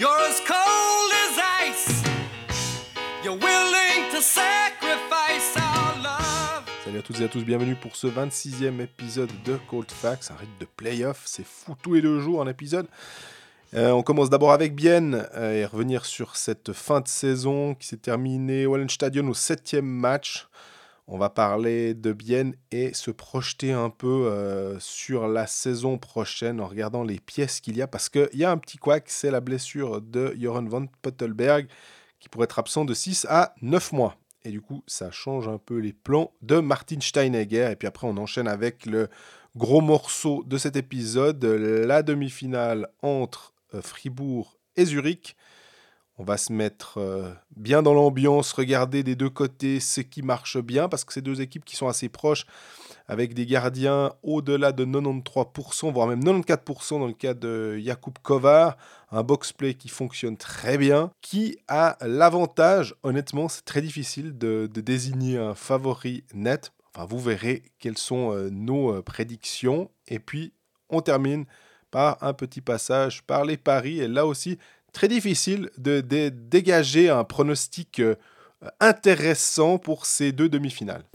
You're as cold as ice. You're willing to sacrifice our love. Salut à toutes et à tous, bienvenue pour ce 26e épisode de Cold Facts, un rythme de playoff, c'est fou, tous les 2 jours un épisode. On commence d'abord avec Bienne et revenir sur cette fin de saison qui s'est terminée au Hallenstadion au 7e match. On va parler de Bienne et se projeter un peu sur la saison prochaine en regardant les pièces qu'il y a, parce qu'il y a un petit couac, c'est la blessure de Joran van Pottelberg qui pourrait être absent de 6 à 9 mois. Et du coup, ça change un peu les plans de Martin Steinegger. Et puis après, on enchaîne avec le gros morceau de cet épisode, la demi-finale entre Fribourg et Zurich. On va se mettre bien dans l'ambiance, regarder des deux côtés ce qui marche bien, parce que c'est deux équipes qui sont assez proches, avec des gardiens au-delà de 93%, voire même 94% dans le cas de Jakub Kovar, un box-play qui fonctionne très bien, qui a l'avantage, honnêtement, c'est très difficile de désigner un favori net. Enfin, vous verrez quelles sont nos prédictions, et puis on termine par un petit passage par les paris, et là aussi, très difficile de dégager un pronostic intéressant pour ces deux demi-finales.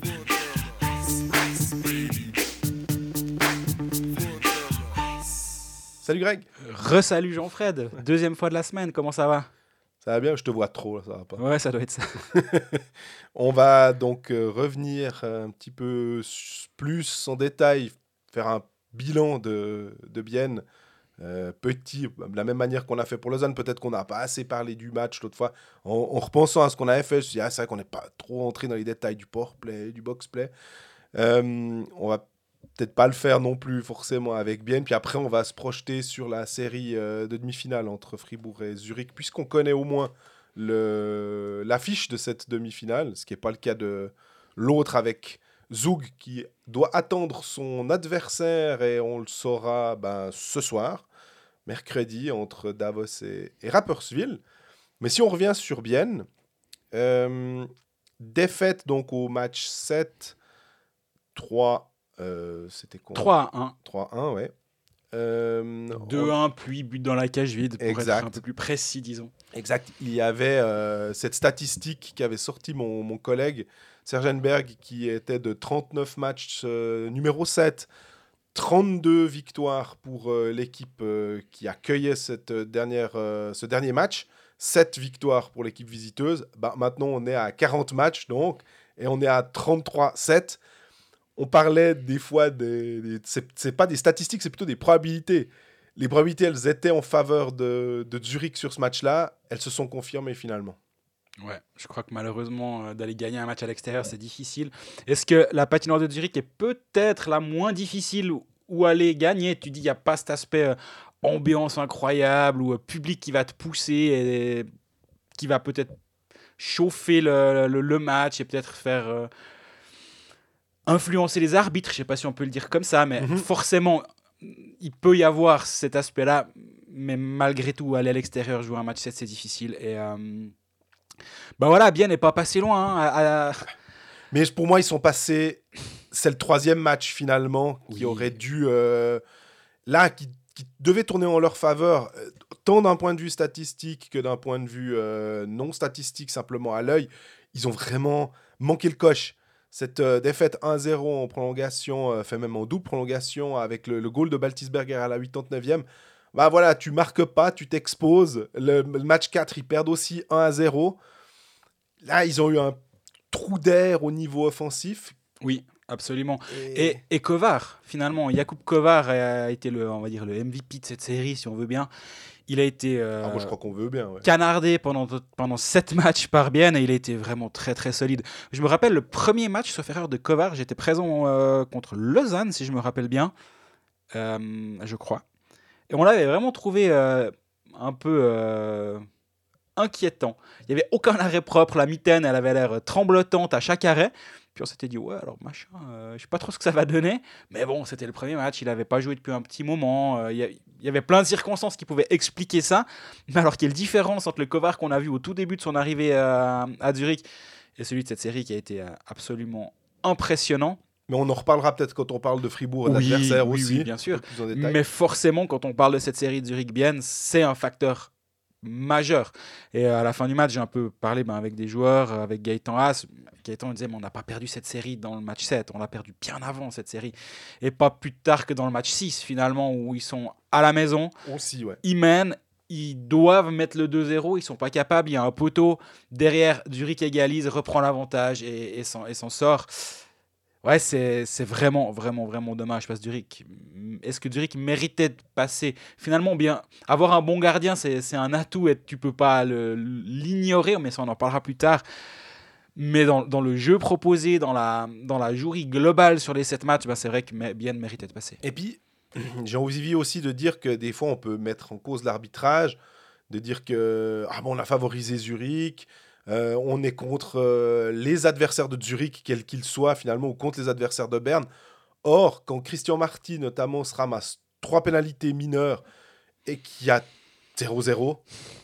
Salut Greg. Re-salut Jean-Fred, deuxième fois de la semaine, comment ça va ? Ça va bien, je te vois trop, là, ça va pas. Ouais, ça doit être ça. On va donc revenir un petit peu plus en détail, faire un bilan de Bienne. Petit, de la même manière qu'on a fait pour Lausanne, peut-être qu'on n'a pas assez parlé du match l'autre fois. En repensant à ce qu'on avait fait, je me suis dit, c'est vrai qu'on n'est pas trop entré dans les détails du powerplay, du box-play. On va peut-être pas le faire non plus forcément avec Bienne. Puis après, on va se projeter sur la série de demi-finale entre Fribourg et Zurich, puisqu'on connaît au moins l'affiche de cette demi-finale, ce qui n'est pas le cas de l'autre avec Zug qui doit attendre son adversaire, et on le saura ce soir, mercredi, entre Davos et Rapperswil. Mais si on revient sur Bienne, défaite donc au match 7, 3, c'était quoi ? 3-1. 3-1, ouais. 2-1, puis but dans la cage vide, pour exact. être un peu plus précis, disons. Exact. Il y avait cette statistique qu'avait sorti mon collègue Sergenberg, qui était de 39 matchs, numéro 7, 32 victoires pour l'équipe qui accueillait ce dernier match, 7 victoires pour l'équipe visiteuse. Maintenant, on est à 40 matchs, donc, et on est à 33-7. On parlait des fois, c'est pas des statistiques, c'est plutôt des probabilités. Les probabilités, elles étaient en faveur de Zurich sur ce match-là. Elles se sont confirmées finalement. Ouais, je crois que malheureusement, d'aller gagner un match à l'extérieur, c'est difficile. Est-ce que la patinoire de Zurich est peut-être la moins difficile où aller gagner ? Tu dis, il n'y a pas cet aspect ambiance incroyable ou public qui va te pousser et qui va peut-être chauffer le match et peut-être faire influencer les arbitres. Je ne sais pas si on peut le dire comme ça, mais forcément, il peut y avoir cet aspect-là. Mais malgré tout, aller à l'extérieur, jouer un match 7, c'est difficile. Et voilà, Bienne n'est pas passé loin. Mais pour moi, ils sont passés. C'est le 3e match finalement qui aurait dû. Qui devait tourner en leur faveur, tant d'un point de vue statistique que d'un point de vue non statistique, simplement à l'œil. Ils ont vraiment manqué le coche. Cette défaite 1-0 en prolongation, fait même en double prolongation, avec le goal de Baltisberger à la 89e. Voilà, tu marques pas, tu t'exposes. Le match 4, ils perdent aussi 1-0. Là, ils ont eu un trou d'air au niveau offensif. Oui, absolument. Et Kovar, finalement, Jakub Kovar a été on va dire le MVP de cette série, si on veut bien. Il a été moi, je crois qu'on veut bien, ouais. Canardé pendant 7 matchs par Bienne, et il a été vraiment très très solide. Je me rappelle le premier match, sauf erreur, de Kovar, j'étais présent contre Lausanne, si je me rappelle bien, je crois. Et on l'avait vraiment trouvé un peu inquiétant. Il n'y avait aucun arrêt propre, la mitaine, elle avait l'air tremblotante à chaque arrêt. Puis on s'était dit, ouais, alors machin, je sais pas trop ce que ça va donner. Mais bon, c'était le premier match, il n'avait pas joué depuis un petit moment. Il y avait plein de circonstances qui pouvaient expliquer ça. Mais alors, quelle différence entre le Kovar qu'on a vu au tout début de son arrivée à Zurich et celui de cette série qui a été absolument impressionnant. Mais on en reparlera peut-être quand on parle de Fribourg et d'adversaire aussi. Oui, bien sûr. Mais forcément, quand on parle de cette série de Zurich-Bienne, c'est un facteur majeur. Et à la fin du match, j'ai un peu parlé avec des joueurs, avec Gaëtan Haas. Gaëtan disait, mais on n'a pas perdu cette série dans le match 7, on l'a perdu bien avant cette série. Et pas plus tard que dans le match 6, finalement, où ils sont à la maison, Aussi, ouais. ils mènent, ils doivent mettre le 2-0, ils sont pas capables, il y a un poteau, derrière, Zurich égalise, reprend l'avantage et s'en sort. Ouais, c'est vraiment, vraiment, vraiment dommage parce que Zurich. Est-ce que Zurich méritait de passer? Finalement, bien, avoir un bon gardien, c'est un atout et tu peux pas l'ignorer, mais ça on en parlera plus tard. Mais dans le jeu proposé, dans la jouerie globale sur les 7 matchs, c'est vrai que Bien méritait de passer. Et puis, j'ai envie aussi de dire que des fois, on peut mettre en cause l'arbitrage, de dire que on a favorisé Zurich, on est contre les adversaires de Zurich, quels qu'ils soient finalement, ou contre les adversaires de Berne. Or, quand Christian Marty, notamment, se ramasse 3 pénalités mineures et qu'il y a 0-0,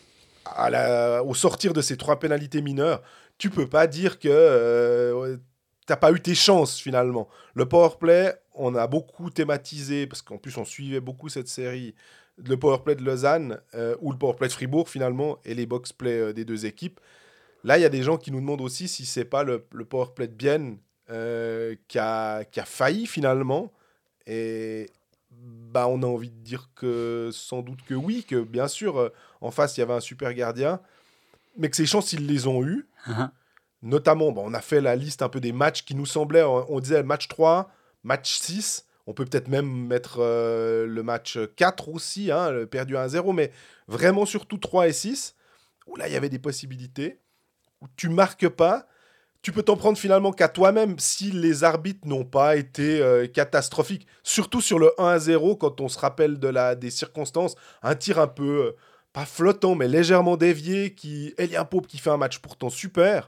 au sortir de ces 3 pénalités mineures, tu peux pas dire que t'as pas eu tes chances finalement. Le powerplay, on a beaucoup thématisé, parce qu'en plus on suivait beaucoup cette série, le powerplay de Lausanne ou le powerplay de Fribourg finalement, et les box-play des deux équipes. Là, il y a des gens qui nous demandent aussi si c'est pas le powerplay de Bienne qui a failli finalement. Et on a envie de dire que sans doute que oui, que bien sûr, en face, il y avait un super gardien, mais que ces chances, ils les ont eues. Uh-huh. Notamment, on a fait la liste un peu des matchs qui nous semblaient, on disait match 3, match 6, on peut peut-être même mettre le match 4 aussi, perdu 1-0, mais vraiment surtout 3 et 6, où là, il y avait des possibilités, où tu marques pas, tu peux t'en prendre finalement qu'à toi-même si les arbitres n'ont pas été catastrophiques. Surtout sur le 1-0, quand on se rappelle des circonstances, un tir un peu, pas flottant, mais légèrement dévié, Elien Pope qui fait un match pourtant super.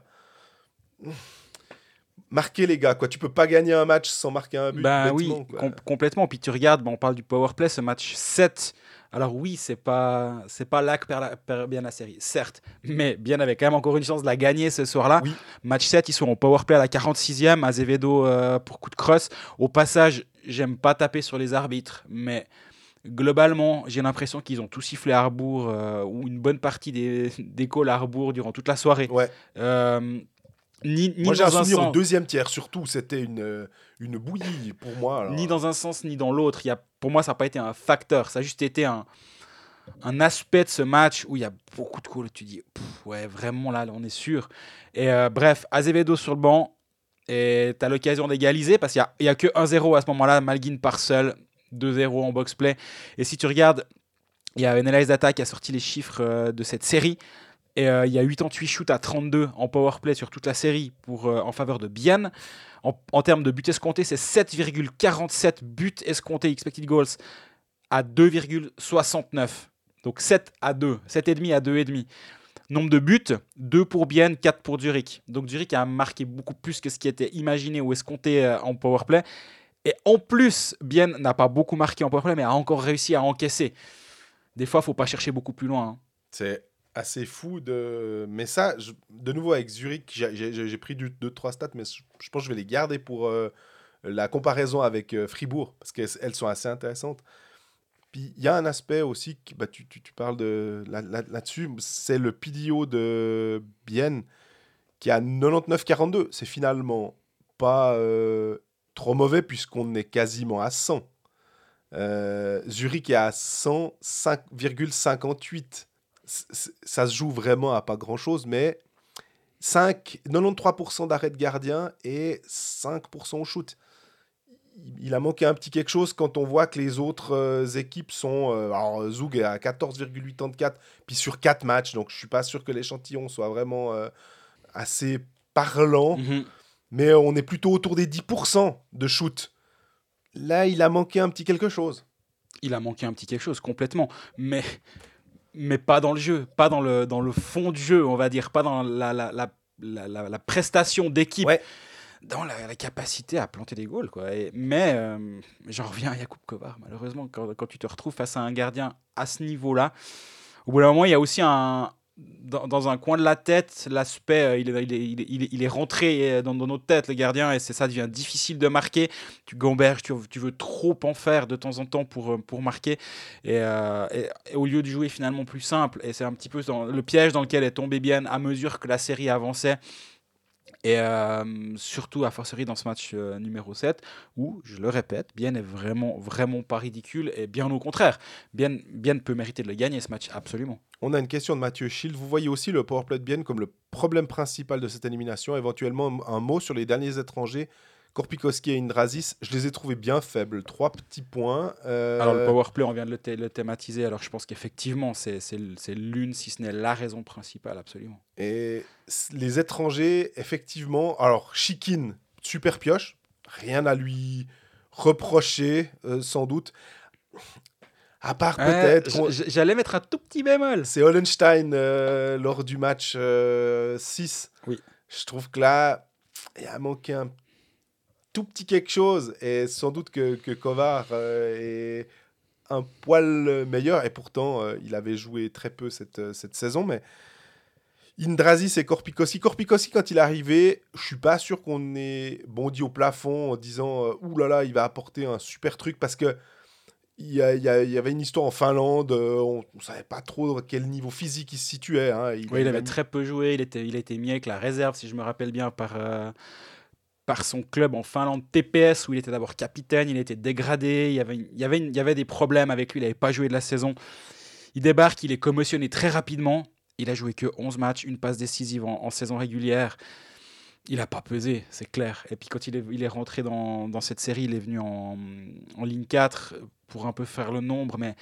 Marquer les gars, quoi. Tu peux pas gagner un match sans marquer un but. Oui, complètement. Puis tu regardes, on parle du powerplay, ce match 7. Alors oui, c'est pas là que perd bien la série, certes, mais Bien avait quand même encore une chance de la gagner ce soir-là. Oui. Match 7, ils sont en powerplay à la 46e, Azevedo pour coup de crosse. Au passage, j'aime pas taper sur les arbitres, mais globalement, j'ai l'impression qu'ils ont tout sifflé à Harbour, ou une bonne partie des calls à Harbour durant toute la soirée. Ouais. Moi, j'ai un souvenir au deuxième tiers, surtout. C'était une bouillie pour moi. Alors. Ni dans un sens, ni dans l'autre. Pour moi, ça n'a pas été un facteur. Ça a juste été un aspect de ce match où il y a beaucoup de calls. Tu dis, ouais, vraiment, là, on est sûr. Et bref, Azevedo sur le banc. Et tu as l'occasion d'égaliser parce qu'il n'y a que 1-0 à ce moment-là. Malguin part seul. 2-0 en box-play. Et si tu regardes, il y a une analyse d'attaque qui a sorti les chiffres de cette série. Et il y a 88 shoots à 32 en powerplay sur toute la série en faveur de Bienne. En termes de buts escomptés, c'est 7,47 buts escomptés expected goals à 2,69. Donc 7 à 2, 7,5 à 2,5. Nombre de buts, 2 pour Bienne, 4 pour Zurich. Donc Zurich a marqué beaucoup plus que ce qui était imaginé ou escompté en powerplay. Et en plus, Bienne n'a pas beaucoup marqué en powerplay, mais a encore réussi à encaisser. Des fois, il ne faut pas chercher beaucoup plus loin. C'est assez fou mais ça, de nouveau avec Zurich, j'ai pris 2-3 stats, mais je pense que je vais les garder pour la comparaison avec Fribourg, parce qu'elles sont assez intéressantes. Puis il y a un aspect aussi, tu parles là-dessus, c'est le PDO de Bienne qui a 99-42. C'est finalement pas trop mauvais puisqu'on est quasiment à 100. Zurich est à 105,58. Ça se joue vraiment à pas grand-chose, mais 93% d'arrêt de gardien et 5% au shoot. Il a manqué un petit quelque chose quand on voit que les autres équipes sont... alors, Zug est à 14,84, puis sur 4 matchs, donc je ne suis pas sûr que l'échantillon soit vraiment assez parlant, mais on est plutôt autour des 10% de shoot. Là, il a manqué un petit quelque chose. Il a manqué un petit quelque chose, complètement, mais pas dans le jeu, pas dans le fond du jeu, on va dire, pas dans la prestation d'équipe, ouais. Dans la capacité à planter des goals, quoi. Mais j'en reviens à Jakub Kovar, malheureusement, quand tu te retrouves face à un gardien à ce niveau-là, au bout d'un moment, il y a aussi dans un coin de la tête, l'aspect, il est rentré dans notre tête, le gardien, et ça devient difficile de marquer. Tu gamberges, tu veux trop en faire de temps en temps pour marquer, et au lieu de jouer finalement plus simple, et c'est un petit peu le piège dans lequel est tombé Bien à mesure que la série avançait. Et surtout à fortiori dans ce match numéro 7 où, je le répète, Bien est vraiment, vraiment pas ridicule et bien au contraire. Bien peut mériter de le gagner ce match, absolument. On a une question de Mathieu Schild. Vous voyez aussi le powerplay de Bien comme le problème principal de cette élimination. Éventuellement, un mot sur les derniers étrangers, Korpikoski et Indrasis. Je les ai trouvés bien faibles. 3 petits points. Alors le powerplay, on vient de le thématiser. Alors je pense qu'effectivement, c'est l'une, si ce n'est la raison principale, absolument. Et les étrangers, effectivement... Alors, Chikin, super pioche. Rien à lui reprocher, sans doute. À part peut-être... J'allais mettre un tout petit bémol. C'est Hollenstein lors du match 6. Oui. Je trouve que là, il a manqué un tout petit quelque chose. Et sans doute que Kovar est un poil meilleur. Et pourtant, il avait joué très peu cette saison. Mais Indrasis et Korpikoski. Korpikoski, quand il est arrivé, je suis pas sûr qu'on ait bondi au plafond en disant « Ouh là là, il va apporter un super truc » parce que il y avait une histoire en Finlande, on ne savait pas trop à quel niveau physique il se situait. Hein. Il avait très peu joué, il a été mis avec la réserve, si je me rappelle bien, par son club en Finlande, TPS, où il était d'abord capitaine, il était dégradé, il y avait des problèmes avec lui, il n'avait pas joué de la saison. Il débarque, il est commotionné très rapidement, il a joué que 11 matchs, une passe décisive en saison régulière. Il n'a pas pesé, c'est clair. Et puis quand il est rentré dans cette série, il est venu en ligne 4 pour un peu faire le nombre, mais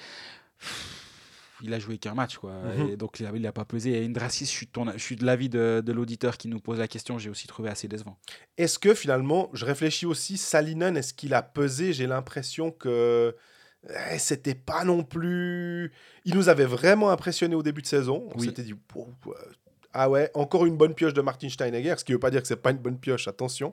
il a joué qu'un match, quoi. Et donc il n'a pas pesé. Et Indrasis, je suis de l'avis de l'auditeur qui nous pose la question, j'ai aussi trouvé assez décevant. Est-ce que finalement, je réfléchis aussi, Salinen, est-ce qu'il a pesé ? J'ai l'impression que c'était pas non plus... Il nous avait vraiment impressionné au début de saison. On s'était dit... Ah ouais, encore une bonne pioche de Martin Steinegger, ce qui ne veut pas dire que ce n'est pas une bonne pioche, attention.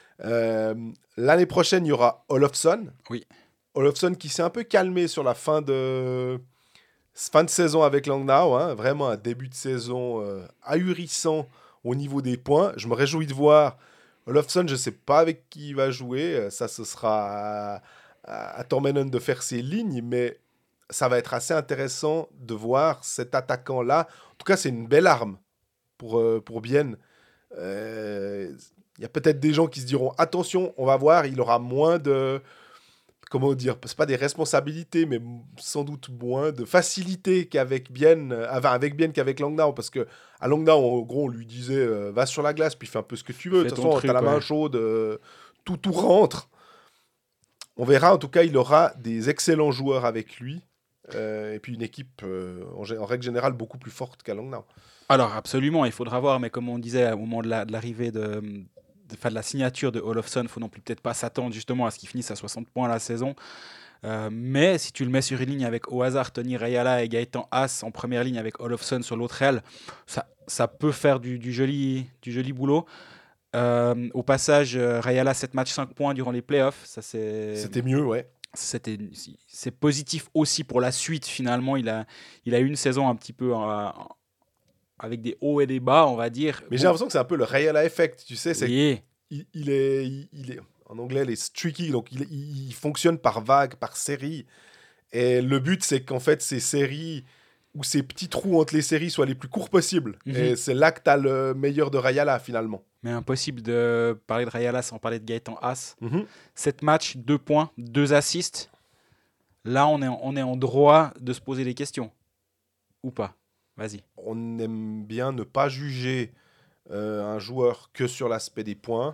L'année prochaine, il y aura Olofsson. Oui. Olofsson qui s'est un peu calmé sur la fin de saison avec Langnau. Hein, vraiment un début de saison ahurissant au niveau des points. Je me réjouis de voir Olofsson, je ne sais pas avec qui il va jouer. Ça, ce sera à Tormenon de faire ses lignes, mais ça va être assez intéressant de voir cet attaquant-là. En tout cas, c'est une belle arme pour Bien. Il y a peut-être des gens qui se diront attention, on va voir, il aura moins de... Comment dire, c'est pas des responsabilités, mais sans doute moins de facilité qu'avec Bien, avec Bien qu'avec Langnau, parce que à Langnau, en gros, on lui disait va sur la glace, puis fais un peu ce que tu veux. De toute façon, t'as la main chaude, tout rentre. On verra. En tout cas, il aura des excellents joueurs avec lui, et puis une équipe en règle générale beaucoup plus forte qu'à Langnau. Alors absolument, il faudra voir, mais comme on disait au moment de l'arrivée de la signature de Olofsson, il faut non plus peut-être pas s'attendre justement à ce qu'il finisse à 60 points la saison. Mais si tu le mets sur une ligne avec au hasard Toni Rajala et Gaëtan Haas en première ligne avec Olofsson sur l'autre aile, ça peut faire du joli boulot. Au passage, Rajala 7 matchs 5 points durant les playoffs. C'était mieux, ouais. C'est positif aussi pour la suite finalement. Il a eu une saison un petit peu... avec des hauts et des bas, on va dire. Mais j'ai l'impression que c'est un peu le Rajala effect, tu sais. Oui. Il est, en anglais, les streaky, donc il fonctionne par vague, par série. Et le but, c'est qu'en fait, ces séries, ou ces petits trous entre les séries soient les plus courts possibles. Et c'est là que tu as le meilleur de Rajala, finalement. Mais impossible de parler de Rajala sans parler de Gaëtan Haas. 7 matchs, 2 points, 2 assists. Là, on est en droit de se poser des questions. Ou pas. Vas-y. On aime bien ne pas juger un joueur que sur l'aspect des points.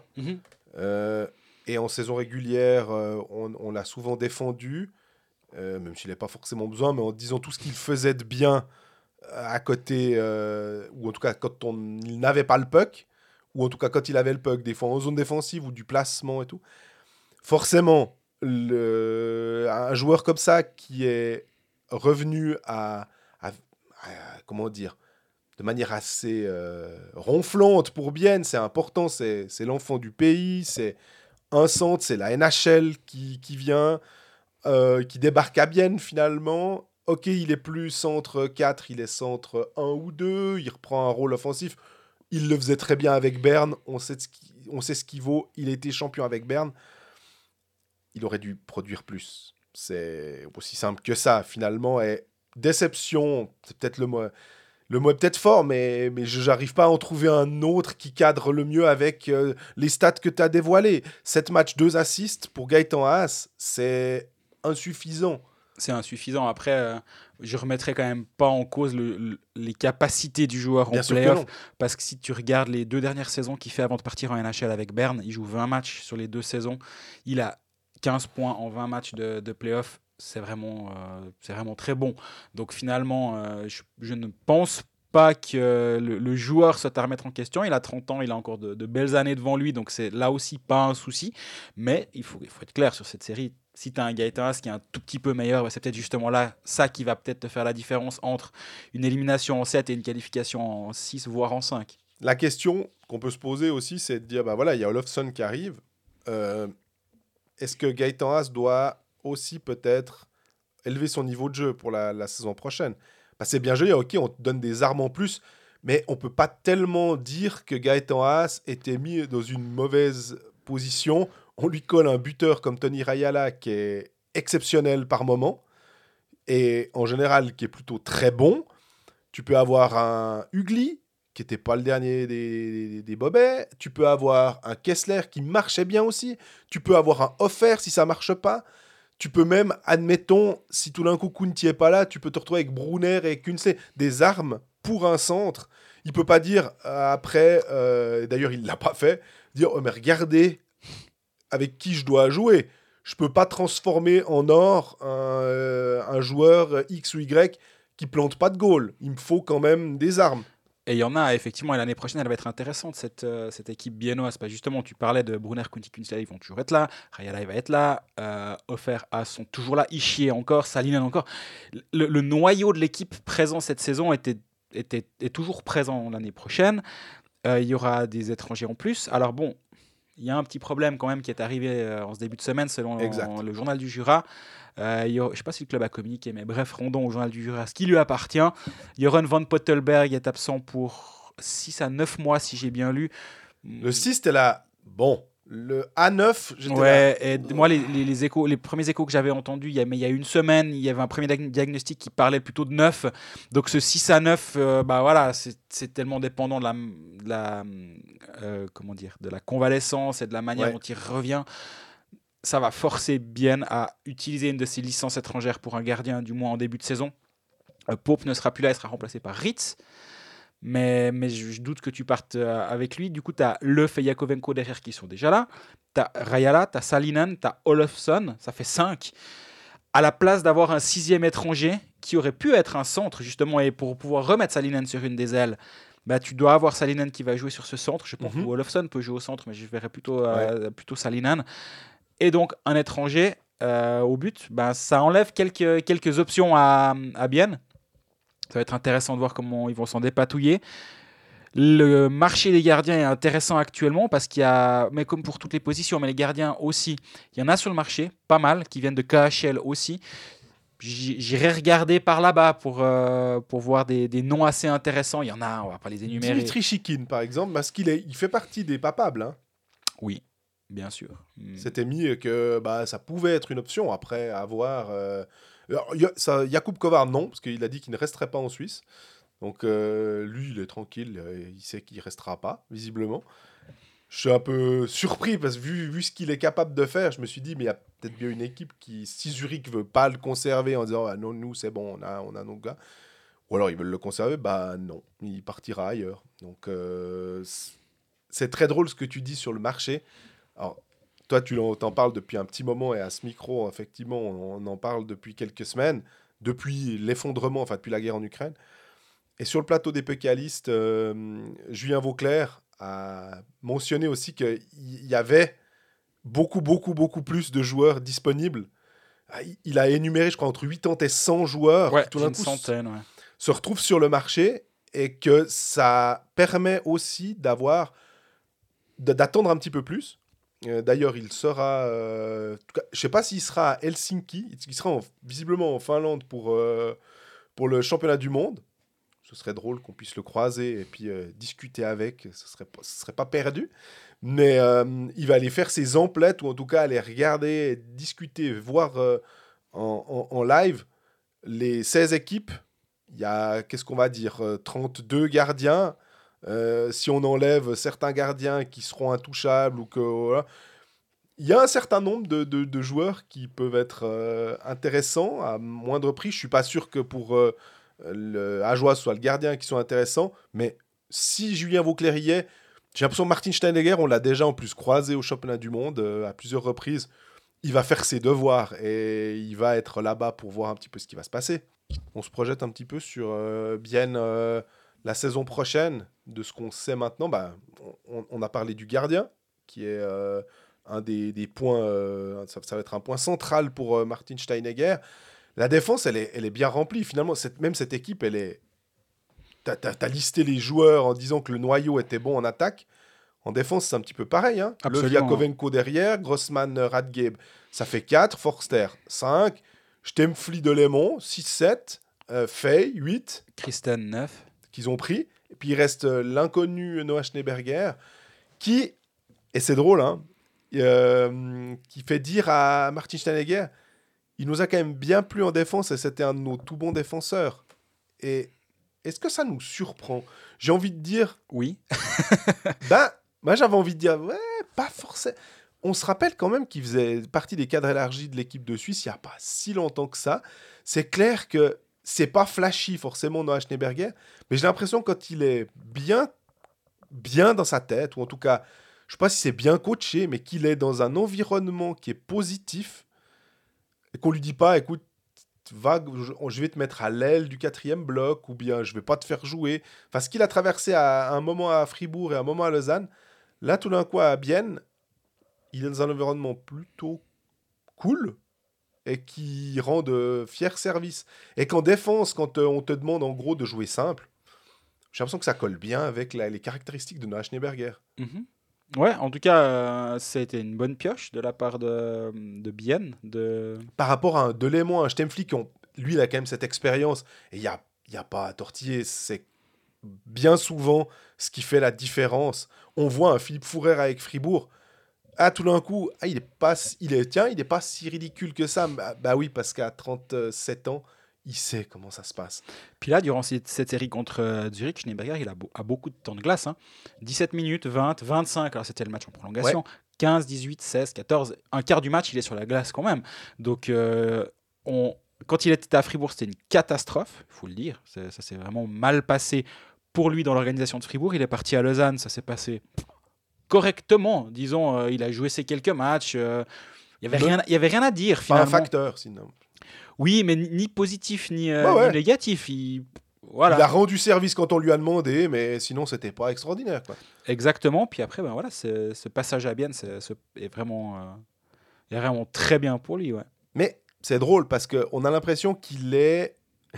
Et en saison régulière, on l'a souvent défendu, même s'il n'a pas forcément besoin, mais en disant tout ce qu'il faisait de bien à côté, ou en tout cas quand il n'avait pas le puck, ou en tout cas quand il avait le puck, des fois en zone défensive ou du placement et tout. Forcément, un joueur comme ça qui est revenu à comment dire, de manière assez ronflante pour Bien, c'est important, c'est l'enfant du pays, c'est un centre, c'est la NHL qui vient, qui débarque à Bien finalement, ok, il est plus centre 4, il est centre 1 ou 2, il reprend un rôle offensif. Il le faisait très bien avec Berne, on sait ce qu'il vaut, il a été champion avec Berne. Il aurait dû produire plus. C'est aussi simple que ça, finalement. Et déception, c'est peut-être le mot est peut-être fort, mais je n'arrive pas à en trouver un autre qui cadre le mieux avec les stats que tu as dévoilées. 7 matchs, 2 assists pour Gaëtan Haas, c'est insuffisant. C'est insuffisant. Après, je remettrai quand même pas en cause les capacités du joueur Bien en sûr que play-off. non. Parce que si tu regardes les 2 dernières saisons qu'il fait avant de partir en NHL avec Berne, il joue 20 matchs sur les 2 saisons. Il a 15 points en 20 matchs de play-off. C'est vraiment très bon. Donc finalement, je ne pense pas que le joueur soit à remettre en question. Il a 30 ans, il a encore de belles années devant lui. Donc c'est là aussi pas un souci. Mais il faut être clair sur cette série. Si tu as un Gaëtan Haas qui est un tout petit peu meilleur, bah c'est peut-être justement là, ça qui va peut-être te faire la différence entre une élimination en 7 et une qualification en 6, voire en 5. La question qu'on peut se poser aussi, c'est de dire, bah voilà, il y a Olofsson qui arrive. Est-ce que Gaëtan Haas doit aussi peut-être élever son niveau de jeu pour la saison prochaine? Bah, c'est bien joli, ok, on te donne des armes en plus, mais on peut pas tellement dire que Gaëtan Haas était mis dans une mauvaise position. On lui colle un buteur comme Tony Rayala qui est exceptionnel par moment et en général qui est plutôt très bon. Tu peux avoir un Ugly qui n'était pas le dernier des Bobets. Tu peux avoir un Kessler qui marchait bien aussi. Tu peux avoir un Offer si ça marche pas. Tu peux même, admettons, si tout d'un coup Kunti est pas là, tu peux te retrouver avec Brunner et Kunsley, des armes pour un centre. Il peut pas dire après, d'ailleurs il l'a pas fait, dire oh, mais regardez avec qui je dois jouer. Je peux pas transformer en or un joueur X ou Y qui plante pas de goal. Il me faut quand même des armes. Et il y en a, effectivement, et l'année prochaine, elle va être intéressante, cette équipe biennoise. Parce que justement, tu parlais de Brunner, Kunti, Kunstler, ils vont toujours être là. Rayala, il va être là. Offer, Haas sont toujours là. Ishii encore. Salinen encore. Le noyau de l'équipe présent cette saison est toujours présent l'année prochaine. Il y aura des étrangers en plus. Alors bon, il y a un petit problème quand même qui est arrivé en ce début de semaine, selon le journal du Jura. Je ne sais pas si le club a communiqué, mais bref, rendons au journal du Jura ce qui lui appartient. Joran van Pottelberg est absent pour 6 à 9 mois, si j'ai bien lu. Le 6, c'était là. Bon, le A9, j'étais ouais, là. et moi, les premiers échos que j'avais entendus, il y a une semaine, il y avait un premier diagnostic qui parlait plutôt de 9. Donc ce 6 à 9, bah voilà, c'est tellement dépendant de la convalescence et de la manière dont il revient. Ça va forcer Bien à utiliser une de ses licences étrangères pour un gardien, du moins en début de saison. Pope ne sera plus là, il sera remplacé par Ritz. Mais je doute que tu partes avec lui. Du coup, tu as Leuf et Yakovenko derrière qui sont déjà là. Tu as Rayala, tu as Salinen, tu as Olofsson. Ça fait 5. À la place d'avoir un 6e étranger qui aurait pu être un centre, justement, et pour pouvoir remettre Salinen sur une des ailes, bah, tu dois avoir Salinen qui va jouer sur ce centre. Je pense que Olofsson peut jouer au centre, mais je verrais plutôt Salinen. Et donc, un étranger au but, bah, ça enlève quelques options à Bienne. Ça va être intéressant de voir comment ils vont s'en dépatouiller. Le marché des gardiens est intéressant actuellement parce qu'il y a, mais comme pour toutes les positions, mais les gardiens aussi, il y en a sur le marché, pas mal, qui viennent de KHL aussi. J'irai regarder par là-bas pour voir des noms assez intéressants. Il y en a, on va pas les énumérer. Dimitri Chikin, par exemple, parce il fait partie des papables. Hein. Oui. Bien sûr. C'était mis que ça pouvait être une option après avoir. Jakub Kovar, non, parce qu'il a dit qu'il ne resterait pas en Suisse. Donc lui, il est tranquille, il sait qu'il ne restera pas, visiblement. Je suis un peu surpris parce que vu ce qu'il est capable de faire, je me suis dit, mais il y a peut-être bien une équipe qui, si Zurich ne veut pas le conserver en disant ah non, nous c'est bon, on a nos gars. Ou alors ils veulent le conserver, non, il partira ailleurs. Donc c'est très drôle ce que tu dis sur le marché. Alors, toi, tu t'en parles depuis un petit moment et à ce micro, effectivement, on en parle depuis quelques semaines, depuis l'effondrement, depuis la guerre en Ukraine. Et sur le plateau des Pécalistes, Julien Vauclair a mentionné aussi qu'il y avait beaucoup plus de joueurs disponibles. Il a énuméré, je crois, entre 80 et 100 joueurs qui, tout d'un coup, se retrouvent sur le marché et que ça permet aussi d'attendre un petit peu plus. D'ailleurs, il sera... en tout cas, je ne sais pas s'il sera à Helsinki. Il sera visiblement en Finlande pour le championnat du monde. Ce serait drôle qu'on puisse le croiser et puis discuter avec. Ce serait pas perdu. Mais il va aller faire ses emplettes, ou en tout cas aller regarder, discuter, voir en live les 16 équipes. Il y a, qu'est-ce qu'on va dire, 32 gardiens. Si on enlève certains gardiens qui seront intouchables, ou que voilà. Il y a un certain nombre de joueurs qui peuvent être intéressants à moindre prix. Je suis pas sûr que pour le Ajoie soit le gardien qui soit intéressant, mais si Julien Vauclair y est, j'ai l'impression que Martin Steinegger, on l'a déjà en plus croisé au championnat du monde à plusieurs reprises. Il va faire ses devoirs et il va être là-bas pour voir un petit peu ce qui va se passer. On se projette un petit peu sur la saison prochaine, de ce qu'on sait maintenant. On a parlé du gardien, qui est un des points, ça va être un point central pour Martin Steinegger. La défense, elle est bien remplie. Finalement, même cette équipe, elle est... T'as listé les joueurs en disant que le noyau était bon en attaque. En défense, c'est un petit peu pareil. Hein. Le Yakovenko derrière, Grossman, Radgeb, ça fait 4. Forster, 5. Stempfli de Lemon, 6-7. Fay, 8. Christen, 9. Qu'ils ont pris. Et puis, il reste l'inconnu Noah Schneeberger, qui, et c'est drôle, hein, qui fait dire à Martin Steinegger, il nous a quand même bien plu en défense et c'était un de nos tout bons défenseurs. Et est-ce que ça nous surprend ? J'ai envie de dire... Oui. Moi j'avais envie de dire, ouais, pas forcément. On se rappelle quand même qu'il faisait partie des cadres élargis de l'équipe de Suisse il n'y a pas si longtemps que ça. C'est clair que c'est pas flashy forcément Noah Schneeberger, mais j'ai l'impression que quand il est bien dans sa tête, ou en tout cas, je sais pas si c'est bien coaché, mais qu'il est dans un environnement qui est positif, et qu'on lui dit pas, écoute, je vais te mettre à l'aile du 4e bloc, ou bien je vais pas te faire jouer. Enfin, ce qu'il a traversé à un moment à Fribourg et un moment à Lausanne, là, tout d'un coup, à Bienne, il est dans un environnement plutôt cool et qui rend de fiers services. Et qu'en défense, quand on te demande en gros de jouer simple, j'ai l'impression que ça colle bien avec les caractéristiques de Noah Schneeberger. Mm-hmm. Ouais, en tout cas, ça a été une bonne pioche de la part de Bienne. Par rapport à un Delémont, un Stempfli, lui, il a quand même cette expérience. Et il n'y a pas à tortiller. C'est bien souvent ce qui fait la différence. On voit un Philippe Fourer avec Fribourg. Ah, tout d'un coup, il est pas si ridicule que ça. Bah oui, parce qu'à 37 ans, il sait comment ça se passe. Puis là, durant cette série contre Zurich, Schneeberger, il a beaucoup de temps de glace. Hein. 17 minutes, 20, 25, alors c'était le match en prolongation. Ouais. 15, 18, 16, 14. Un quart du match, il est sur la glace quand même. Donc, quand il était à Fribourg, c'était une catastrophe, il faut le dire. Ça s'est vraiment mal passé pour lui dans l'organisation de Fribourg. Il est parti à Lausanne, ça s'est passé correctement. Disons, il a joué ses quelques matchs. Il n'y avait rien à dire, finalement. Pas un facteur, sinon. Oui, mais ni positif ni négatif. Voilà. Il a rendu service quand on lui a demandé, mais sinon, c'était pas extraordinaire. Quoi. Exactement. Puis après, voilà, ce passage à Bienne est vraiment très bien pour lui. Ouais. Mais c'est drôle parce qu'on a l'impression qu'il est...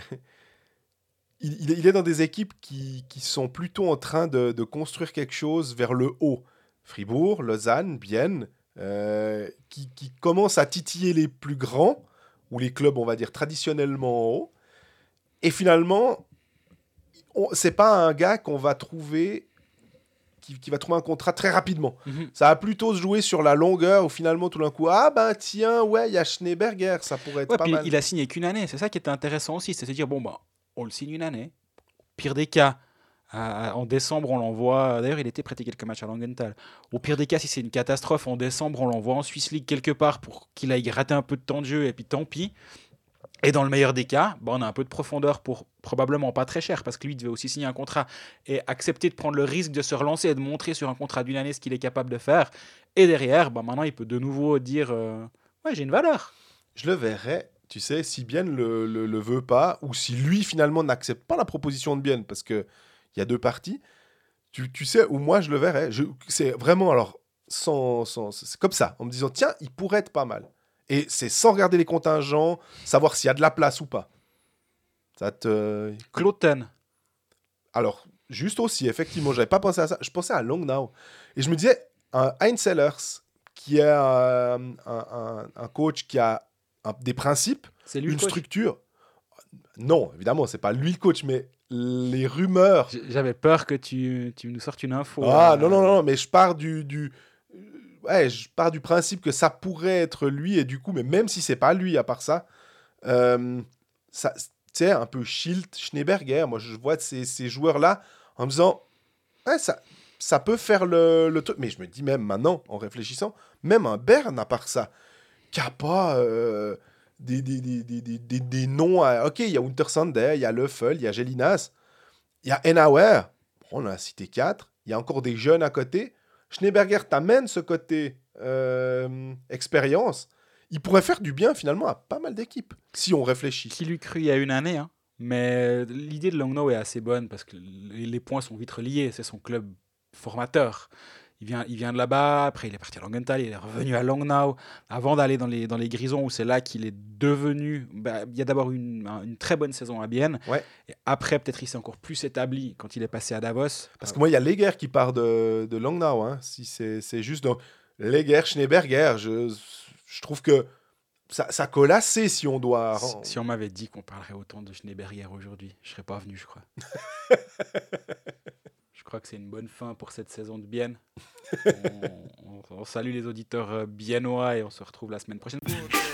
il est dans des équipes qui sont plutôt en train de construire quelque chose vers le haut. Fribourg, Lausanne, Bienne, qui commencent à titiller les plus grands, ou les clubs, on va dire, traditionnellement en haut. Et finalement, c'est pas un gars qu'on va trouver qui va trouver un contrat très rapidement. Mm-hmm. Ça va plutôt se jouer sur la longueur, où finalement, tout d'un coup, tiens, ouais, il y a Schneeberger, ça pourrait être pas mal. Il a signé qu'une année, c'est ça qui était intéressant aussi, c'est de se dire, on le signe une année. Pire des cas, en décembre, on l'envoie. D'ailleurs, il était prêté quelques matchs à Langenthal. Au pire des cas, si c'est une catastrophe, en décembre, on l'envoie en Swiss League quelque part pour qu'il aille gratter un peu de temps de jeu, et puis tant pis. Et dans le meilleur des cas, on a un peu de profondeur pour probablement pas très cher, parce que lui devait aussi signer un contrat et accepter de prendre le risque de se relancer et de montrer sur un contrat d'une année ce qu'il est capable de faire. Et derrière, maintenant, il peut de nouveau dire ouais, j'ai une valeur. Je le verrais. Tu sais, si Bienne le veut pas, ou si lui, finalement, n'accepte pas la proposition de Bienne, parce qu'il y a deux parties, tu sais, où moi, je le verrais. C'est vraiment, alors, c'est comme ça, en me disant, tiens, il pourrait être pas mal. Et c'est sans regarder les contingents, savoir s'il y a de la place ou pas. Cloten. Alors, juste aussi, effectivement, j'avais pas pensé à ça. Je pensais à Longnau. Et je me disais, un Heinz Sellers, qui est un coach qui a des principes, C'est lui le une coach. structure. Non, évidemment, c'est pas lui le coach, mais les rumeurs. J'avais peur que tu nous sortes une info. Non, mais je pars je pars du principe que ça pourrait être lui, et du coup, mais même si c'est pas lui, à part ça, tu sais, un peu Schilt, Schneeberger, moi je vois ces joueurs-là en me disant, ouais, ça peut faire le truc, mais je me dis même maintenant, en réfléchissant, même un Bern, à part ça, qui a pas des noms. Ok, il y a Untersander, il y a Löffel, il y a Gélinas, il y a Enauer, on en a cité 4, il y a encore des jeunes à côté. Schneeberger t'amène ce côté expérience. Il pourrait faire du bien finalement à pas mal d'équipes, si on réfléchit. Qui l'eût cru il y a une année, hein. Mais l'idée de Langnau est assez bonne parce que les points sont vite reliés. C'est son club formateur. Il vient de là-bas, après il est parti à Langenthal, il est revenu à Langnau, avant d'aller dans les Grisons, où c'est là qu'il est devenu... il y a d'abord une très bonne saison à Bienne, Ouais. et après peut-être il s'est encore plus établi quand il est passé à Davos. Parce que moi, il y a Leger qui part de Langnau. Hein, si c'est juste donc Leger, Schneeberger, je trouve que ça colle assez si on doit... Si on m'avait dit qu'on parlerait autant de Schneeberger aujourd'hui, je serais pas venu, je crois. Je crois que c'est une bonne fin pour cette saison de Bienne. On salue les auditeurs biennois et on se retrouve la semaine prochaine.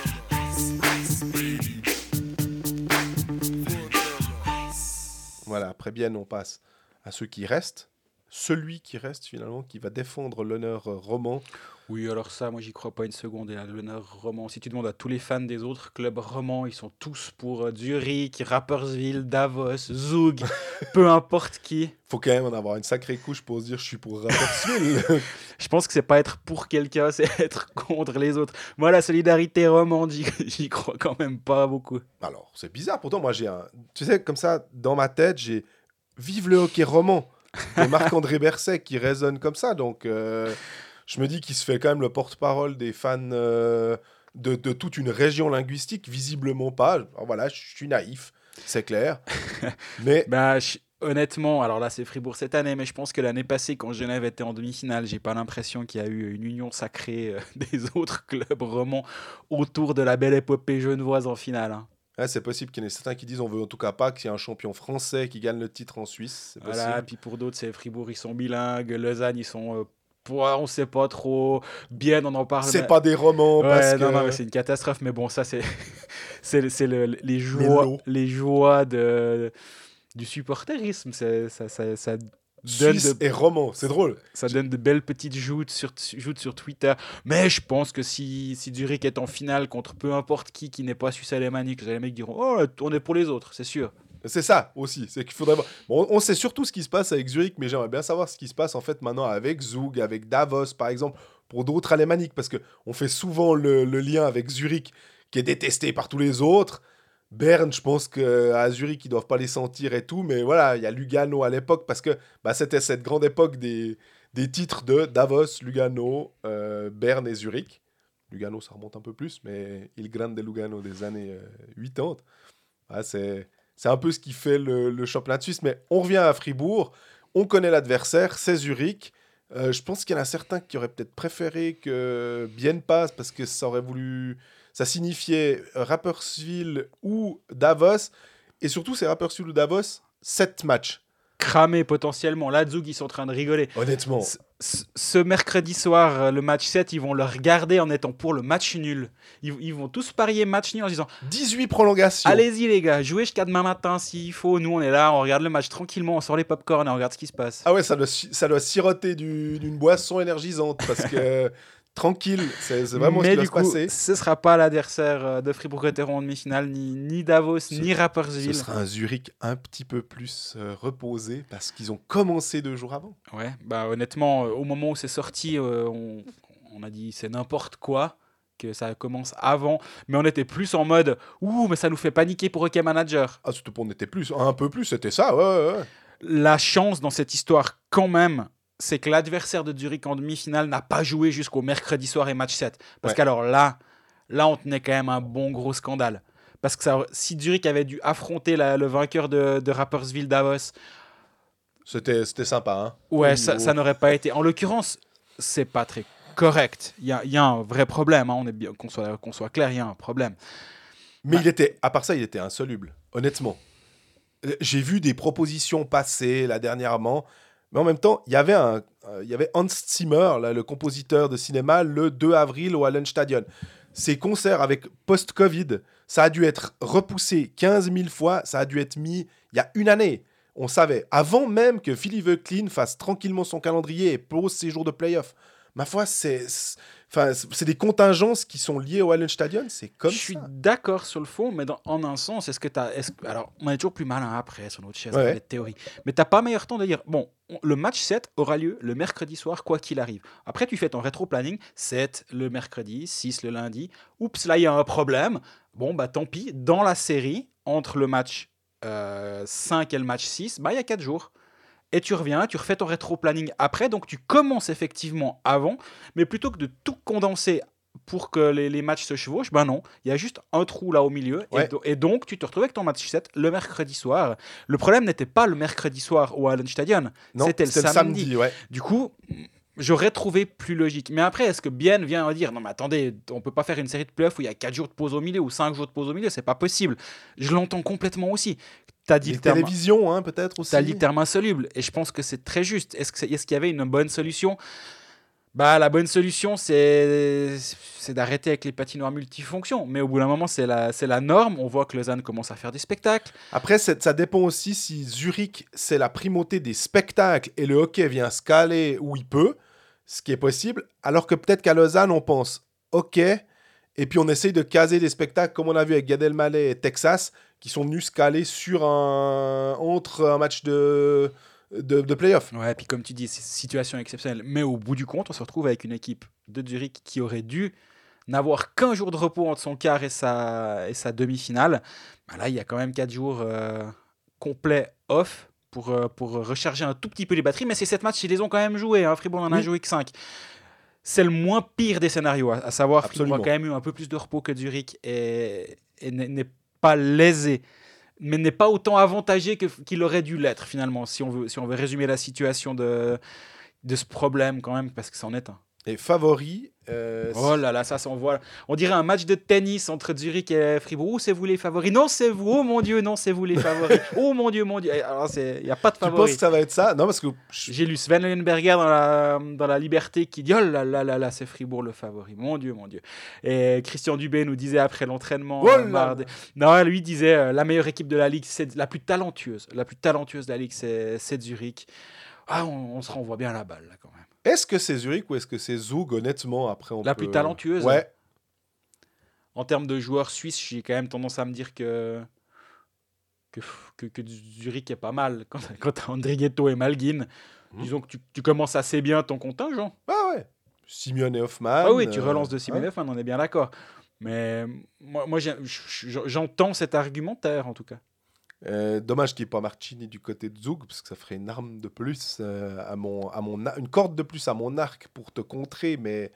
Voilà, après Bienne, on passe à ceux qui restent. Celui qui reste finalement, qui va défendre l'honneur roman. Oui, alors ça, moi j'y crois pas une seconde. Et l'honneur roman, si tu demandes à tous les fans des autres clubs romans, ils sont tous pour Zurich, Rapperswil, Davos, Zug, peu importe qui. Faut quand même en avoir une sacrée couche pour se dire je suis pour Rapperswil. Je pense que c'est pas être pour quelqu'un, c'est être contre les autres. Moi, la solidarité romande, j'y crois quand même pas beaucoup. Alors, c'est bizarre. Pourtant, moi, tu sais, comme ça, dans ma tête, j'ai vive le hockey roman de Marc-André Berset qui résonne comme ça. Donc, je me dis qu'il se fait quand même le porte-parole des fans de toute une région linguistique. Visiblement pas. Alors, voilà, je suis naïf, c'est clair. Mais honnêtement, alors là, c'est Fribourg cette année, mais je pense que l'année passée, quand Genève était en demi-finale, j'ai pas l'impression qu'il y a eu une union sacrée des autres clubs romans autour de la belle épopée genevoise en finale. Hein. ouais, c'est possible qu'il y en ait certains qui disent on veut en tout cas pas qu'il y ait un champion français qui gagne le titre en Suisse. C'est possible. Voilà, puis pour d'autres, c'est Fribourg, ils sont bilingues, Lausanne, ils sont... on sait pas trop. Bien, on en parle. C'est mais... pas des romans ouais, parce non, que... non, mais c'est une catastrophe. Mais bon, ça, c'est les joies du supporterisme. Ça donne Suisse et roman, c'est drôle. Ça donne de belles petites joutes sur Twitter. Mais je pense que si Zurich est en finale contre peu importe qui n'est pas suisse alémanique, les mecs diront oh, on est pour les autres, c'est sûr. C'est ça aussi, c'est qu'il faudrait... Bon, on sait surtout ce qui se passe avec Zurich, mais j'aimerais bien savoir ce qui se passe en fait maintenant avec Zug, avec Davos par exemple, pour d'autres alémaniques, parce qu'on fait souvent le lien avec Zurich, qui est détesté par tous les autres. Berne, je pense qu'à Zurich, ils ne doivent pas les sentir et tout, mais voilà, il y a Lugano à l'époque, parce que c'était cette grande époque des titres de Davos, Lugano, Berne et Zurich. Lugano, ça remonte un peu plus, mais Il Grande de Lugano des années 80. Ah, c'est un peu ce qui fait le championnat de Suisse, mais on revient à Fribourg, on connaît l'adversaire, c'est Zurich. Je pense qu'il y en a certains qui auraient peut-être préféré que Bienne passe, parce que ça signifiait Rapperswil ou Davos, et surtout c'est Rapperswil ou Davos, 7 matchs. Cramé potentiellement. Là, Zug, ils sont en train de rigoler. Honnêtement. Ce mercredi soir, le match 7, ils vont le regarder en étant pour le match nul. Ils vont tous parier match nul en disant 18 prolongations. Allez-y les gars, jouez jusqu'à demain matin s'il faut. Nous, on est là, on regarde le match tranquillement, on sort les popcorn et on regarde ce qui se passe. Ah ouais, ça doit siroter d'une boisson énergisante parce que... Tranquille, c'est vraiment ce qui va se passer. Mais du coup, ce ne sera pas l'adversaire de Fribourg-Gotteron en demi-finale, ni Davos, ni Rapperswil. Ce sera un Zurich un petit peu plus reposé parce qu'ils ont commencé 2 jours avant. Ouais, honnêtement, au moment où c'est sorti, on a dit c'est n'importe quoi, que ça commence avant, mais on était plus en mode ouh, mais ça nous fait paniquer pour Hockey Manager. Ah, surtout on était un peu plus, c'était ça, ouais. La chance dans cette histoire, quand même, c'est que l'adversaire de Zurich en demi-finale n'a pas joué jusqu'au mercredi soir et match 7. Parce qu'alors là, on tenait quand même un bon gros scandale. Parce que si Zurich avait dû affronter le vainqueur de Rapperswil-Davos... C'était sympa, hein. Ouais, ça n'aurait pas été... En l'occurrence, c'est pas très correct. Il y a un vrai problème, hein, on est bien, qu'on soit clair, il y a un problème. Mais il était, à part ça, il était insoluble, honnêtement. J'ai vu des propositions passer là dernièrement, mais en même temps, il y avait Hans Zimmer, là, le compositeur de cinéma, le 2 avril au Hallenstadion. Ses concerts avec post-Covid, ça a dû être repoussé 15 000 fois, ça a dû être mis il y a une année. On savait, avant même que Philly Veuclin fasse tranquillement son calendrier et pose ses jours de play-off. Ma foi, c'est des contingences qui sont liées au Hallenstadion, c'est comme Je suis ça. d'accord sur le fond, mais en un sens, alors, on est toujours plus malin après sur notre chaise, Ouais. dans les théories. Mais t'as pas meilleur temps de dire, bon, le match 7 aura lieu le mercredi soir, quoi qu'il arrive. Après, tu fais ton rétro-planning, 7 le mercredi, 6 le lundi. Oups, là, il y a un problème. Bon, bah tant pis. Dans la série, entre le match 5 et le match 6, bah il y a 4 jours. Et tu reviens, tu refais ton rétro-planning après, donc tu commences effectivement avant, mais plutôt que de tout condenser pour que les matchs se chevauchent, ben non, il y a juste un trou là au milieu, Ouais. et donc tu te retrouves avec ton match 7 le mercredi soir. Le problème n'était pas le mercredi soir au Hallenstadion, Non, c'était le samedi. ouais. Du coup, j'aurais trouvé plus logique. Mais après, est-ce que Bien vient dire, non mais attendez, on peut pas faire une série de playoffs où il y a 4 jours de pause au milieu ou 5 jours de pause au milieu, c'est pas possible. Je l'entends complètement aussi. T'as dit Les le terme... télévisions, hein, peut-être aussi. T'as dit le terme insoluble, et je pense que c'est très juste. Est-ce qu'il y avait une bonne solution ? Bah, la bonne solution, c'est d'arrêter avec les patinoires multifonctions. Mais au bout d'un moment, c'est la norme. On voit que Lausanne commence à faire des spectacles. Après, ça dépend aussi si Zurich, c'est la primauté des spectacles et le hockey vient se caler où il peut, ce qui est possible, alors que peut-être qu'à Lausanne, on pense OK, et puis on essaye de caser des spectacles comme on a vu avec Gad Elmaleh et Texas, qui sont venus se caler entre un match de play-off. Ouais, puis comme tu dis, c'est une situation exceptionnelle. Mais au bout du compte, on se retrouve avec une équipe de Zurich qui aurait dû n'avoir qu'un jour de repos entre son quart et sa demi-finale. Bah là, il y a quand même 4 jours complets off pour recharger un tout petit peu les batteries. Mais ces 7 matchs, ils les ont quand même joués. Hein. Fribourg n'en a Oui. joué que 5. C'est le moins pire des scénarios, à savoir Absolument. Fribourg a quand même eu un peu plus de repos que Zurich et n'est pas lésé, mais n'est pas autant avantagé qu'il aurait dû l'être finalement, si on veut résumer la situation de ce problème quand même, parce que c'en est un. Et favori. Oh là là, ça s'envoie. On dirait un match de tennis entre Zurich et Fribourg. Oh, c'est vous les favoris. Non, c'est vous. Oh mon Dieu, non, c'est vous les favoris. Oh mon Dieu, mon Dieu. Alors, il n'y a pas de Tu favoris. penses que ça va être ça? Non, parce que. J'ai lu Sven Leuenberger dans la Liberté qui dit oh là là là là, c'est Fribourg le favori. Mon Dieu, mon Dieu. Et Christian Dubé nous disait après l'entraînement Oh là mardi. Non, lui disait la meilleure équipe de la Ligue, c'est la plus talentueuse. La plus talentueuse de la Ligue, c'est Zurich. Ah, on se renvoie bien la balle là quand même. Est-ce que c'est Zurich ou est-ce que c'est Zug? Honnêtement, après on La peut... plus talentueuse. Ouais. En termes de joueurs suisses, j'ai quand même tendance à me dire que Zurich est pas mal. Quand t'as Andrigetto et Malguin, disons que tu commences assez bien ton contingent. Ah ouais. Simeone et Hoffman. Ah oui, tu relances de Simeone hein. Hoffman, on est bien d'accord. Mais moi j'entends cet argumentaire en tout cas. Dommage qu'il n'y ait pas Marchini du côté de Zug, parce que ça ferait une arme de plus, une corde de plus à mon arc pour te contrer, mais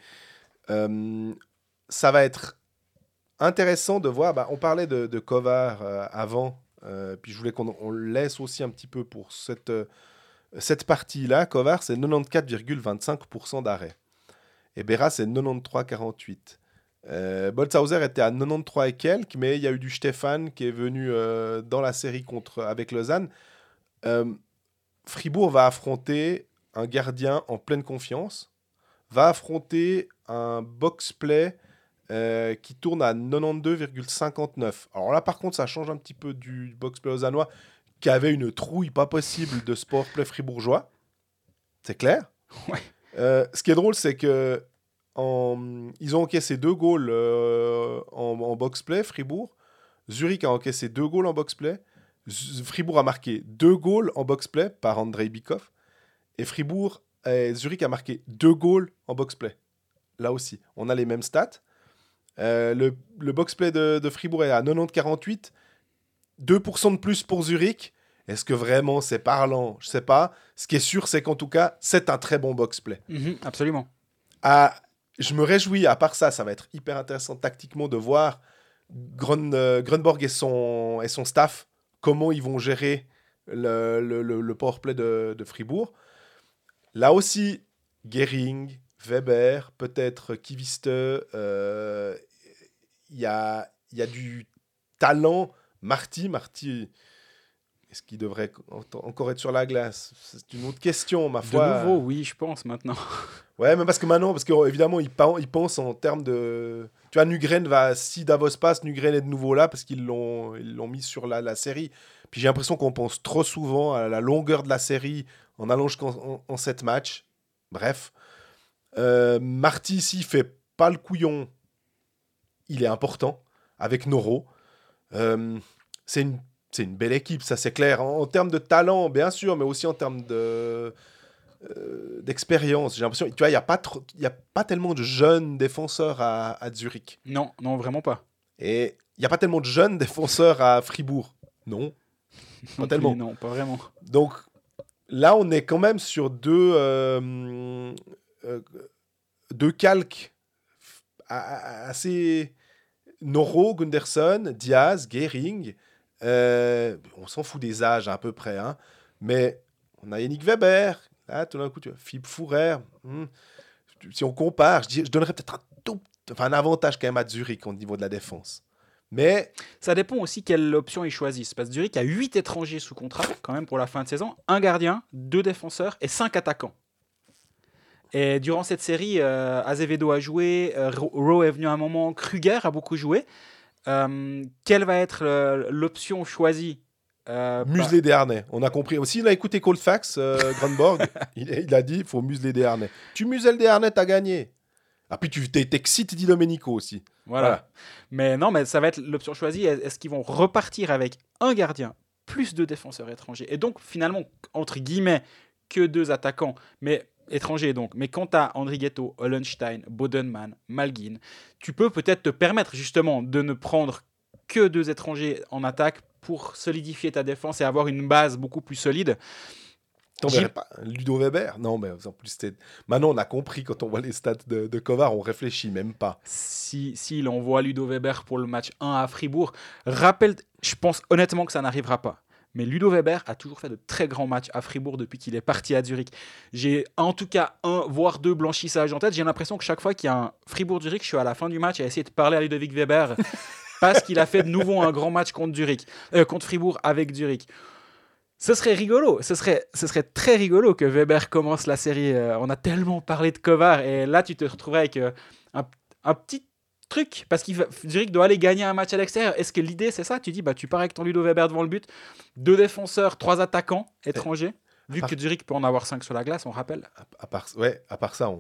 ça va être intéressant de voir. Bah, on parlait de Kovar avant, puis je voulais qu'on laisse aussi un petit peu pour cette partie-là. Kovar, c'est 94,25% d'arrêt. Et Berra, c'est 93,48%. Boltzhauser était à 93 et quelques, mais il y a eu du Stéphane qui est venu dans la série avec Lausanne. Fribourg va affronter un gardien en pleine confiance, va affronter un box-play qui tourne à 92,59. Alors là, par contre, ça change un petit peu du box-play lausannois qui avait une trouille pas possible de sport-play fribourgeois. C'est clair. Ouais. Ce qui est drôle, c'est que ils ont encaissé 2 goals en box-play, Fribourg. Zurich a encaissé 2 goals en box-play. Fribourg a marqué 2 goals en box-play par Andrei Bikov. Et Zurich a marqué 2 goals en box-play. Là aussi, on a les mêmes stats. Le box-play de Fribourg est à 90,48. 2% de plus pour Zurich. Est-ce que vraiment c'est parlant? Je ne sais pas. Ce qui est sûr, c'est qu'en tout cas, c'est un très bon box-play. Absolument. Je me réjouis, à part ça, ça va être hyper intéressant tactiquement de voir Grunborg et son staff, comment ils vont gérer le powerplay de Fribourg. Là aussi, Gehring, Weber, peut-être Kiviste. Il y a du talent. Marty, est-ce qu'il devrait encore être sur la glace? C'est une autre question, ma foi. De nouveau, oui, je pense maintenant. Ouais, mais parce qu'évidemment, ils pensent en termes de... Tu vois, Nugren si Davos passe, Nugren est de nouveau là parce qu'ils l'ont mis sur la série. Puis j'ai l'impression qu'on pense trop souvent à la longueur de la série en allant jusqu'en 7 matchs. Bref. Marty, s'il fait pas le couillon, il est important avec Noro. C'est une belle équipe, ça c'est clair. En termes de talent, bien sûr, mais aussi en termes d'expérience. J'ai l'impression, tu vois, il n'y a pas tellement de jeunes défenseurs à Zurich. Non, vraiment pas. Et il n'y a pas tellement de jeunes défenseurs à Fribourg. Non, pas tellement. Non, pas vraiment. Donc là, on est quand même sur deux calques assez... Noro, Gunderson, Diaz, Gehring. On s'en fout des âges à peu près. Hein. Mais on a Yannick Weber. Là, tout d'un coup, tu vois, Philippe Fourer. Si on compare, je donnerais peut-être un avantage quand même à Zurich au niveau de la défense. Mais ça dépend aussi quelle option ils choisissent. Parce que Zurich a 8 étrangers sous contrat quand même pour la fin de saison. 1 gardien, 2 défenseurs et 5 attaquants. Et durant cette série, Azevedo a joué, Rowe est venu à un moment, Kruger a beaucoup joué. Quelle va être l'option choisie museler des harnais, on a compris. Aussi, il a écouté Colfax, Grunborg, il a dit il faut museler des harnais. Tu muselles des harnais, t'as gagné. Ah, puis tu t'excites Di Domenico aussi. Voilà. Mais ça va être l'option choisie. Est-ce qu'ils vont repartir avec un gardien plus 2 défenseurs étrangers et donc finalement, entre guillemets, que 2 attaquants, mais étrangers donc. Mais quand tu as Andrighetto, Hollenstein, Bodenman, Malguin, tu peux peut-être te permettre justement de ne prendre que 2 étrangers en attaque pour solidifier ta défense et avoir une base beaucoup plus solide. T'en verrais pas Ludo Weber? Non, mais en plus, maintenant, on a compris, quand on voit les stats de Kovar, on réfléchit même pas. S'il envoie Ludo Weber pour le match 1 à Fribourg, je pense honnêtement que ça n'arrivera pas. Mais Ludo Weber a toujours fait de très grands matchs à Fribourg depuis qu'il est parti à Zurich. J'ai en tout cas 1 voire 2 blanchissages en tête. J'ai l'impression que chaque fois qu'il y a un Fribourg-Zurich, je suis à la fin du match à essayer de parler à Ludovic Weber parce qu'il a fait de nouveau un grand match contre Fribourg avec Zurich. Ce serait rigolo, ce serait très rigolo que Weber commence la série. On a tellement parlé de Kovar et là tu te retrouverais avec un petit truc parce que Zurich doit aller gagner un match à l'extérieur. Est-ce que l'idée c'est ça? Tu dis tu pars avec ton Ludo Weber devant le but, 2 défenseurs, 3 attaquants étrangers, vu que Zurich peut en avoir 5 sur la glace, on rappelle. À part ça,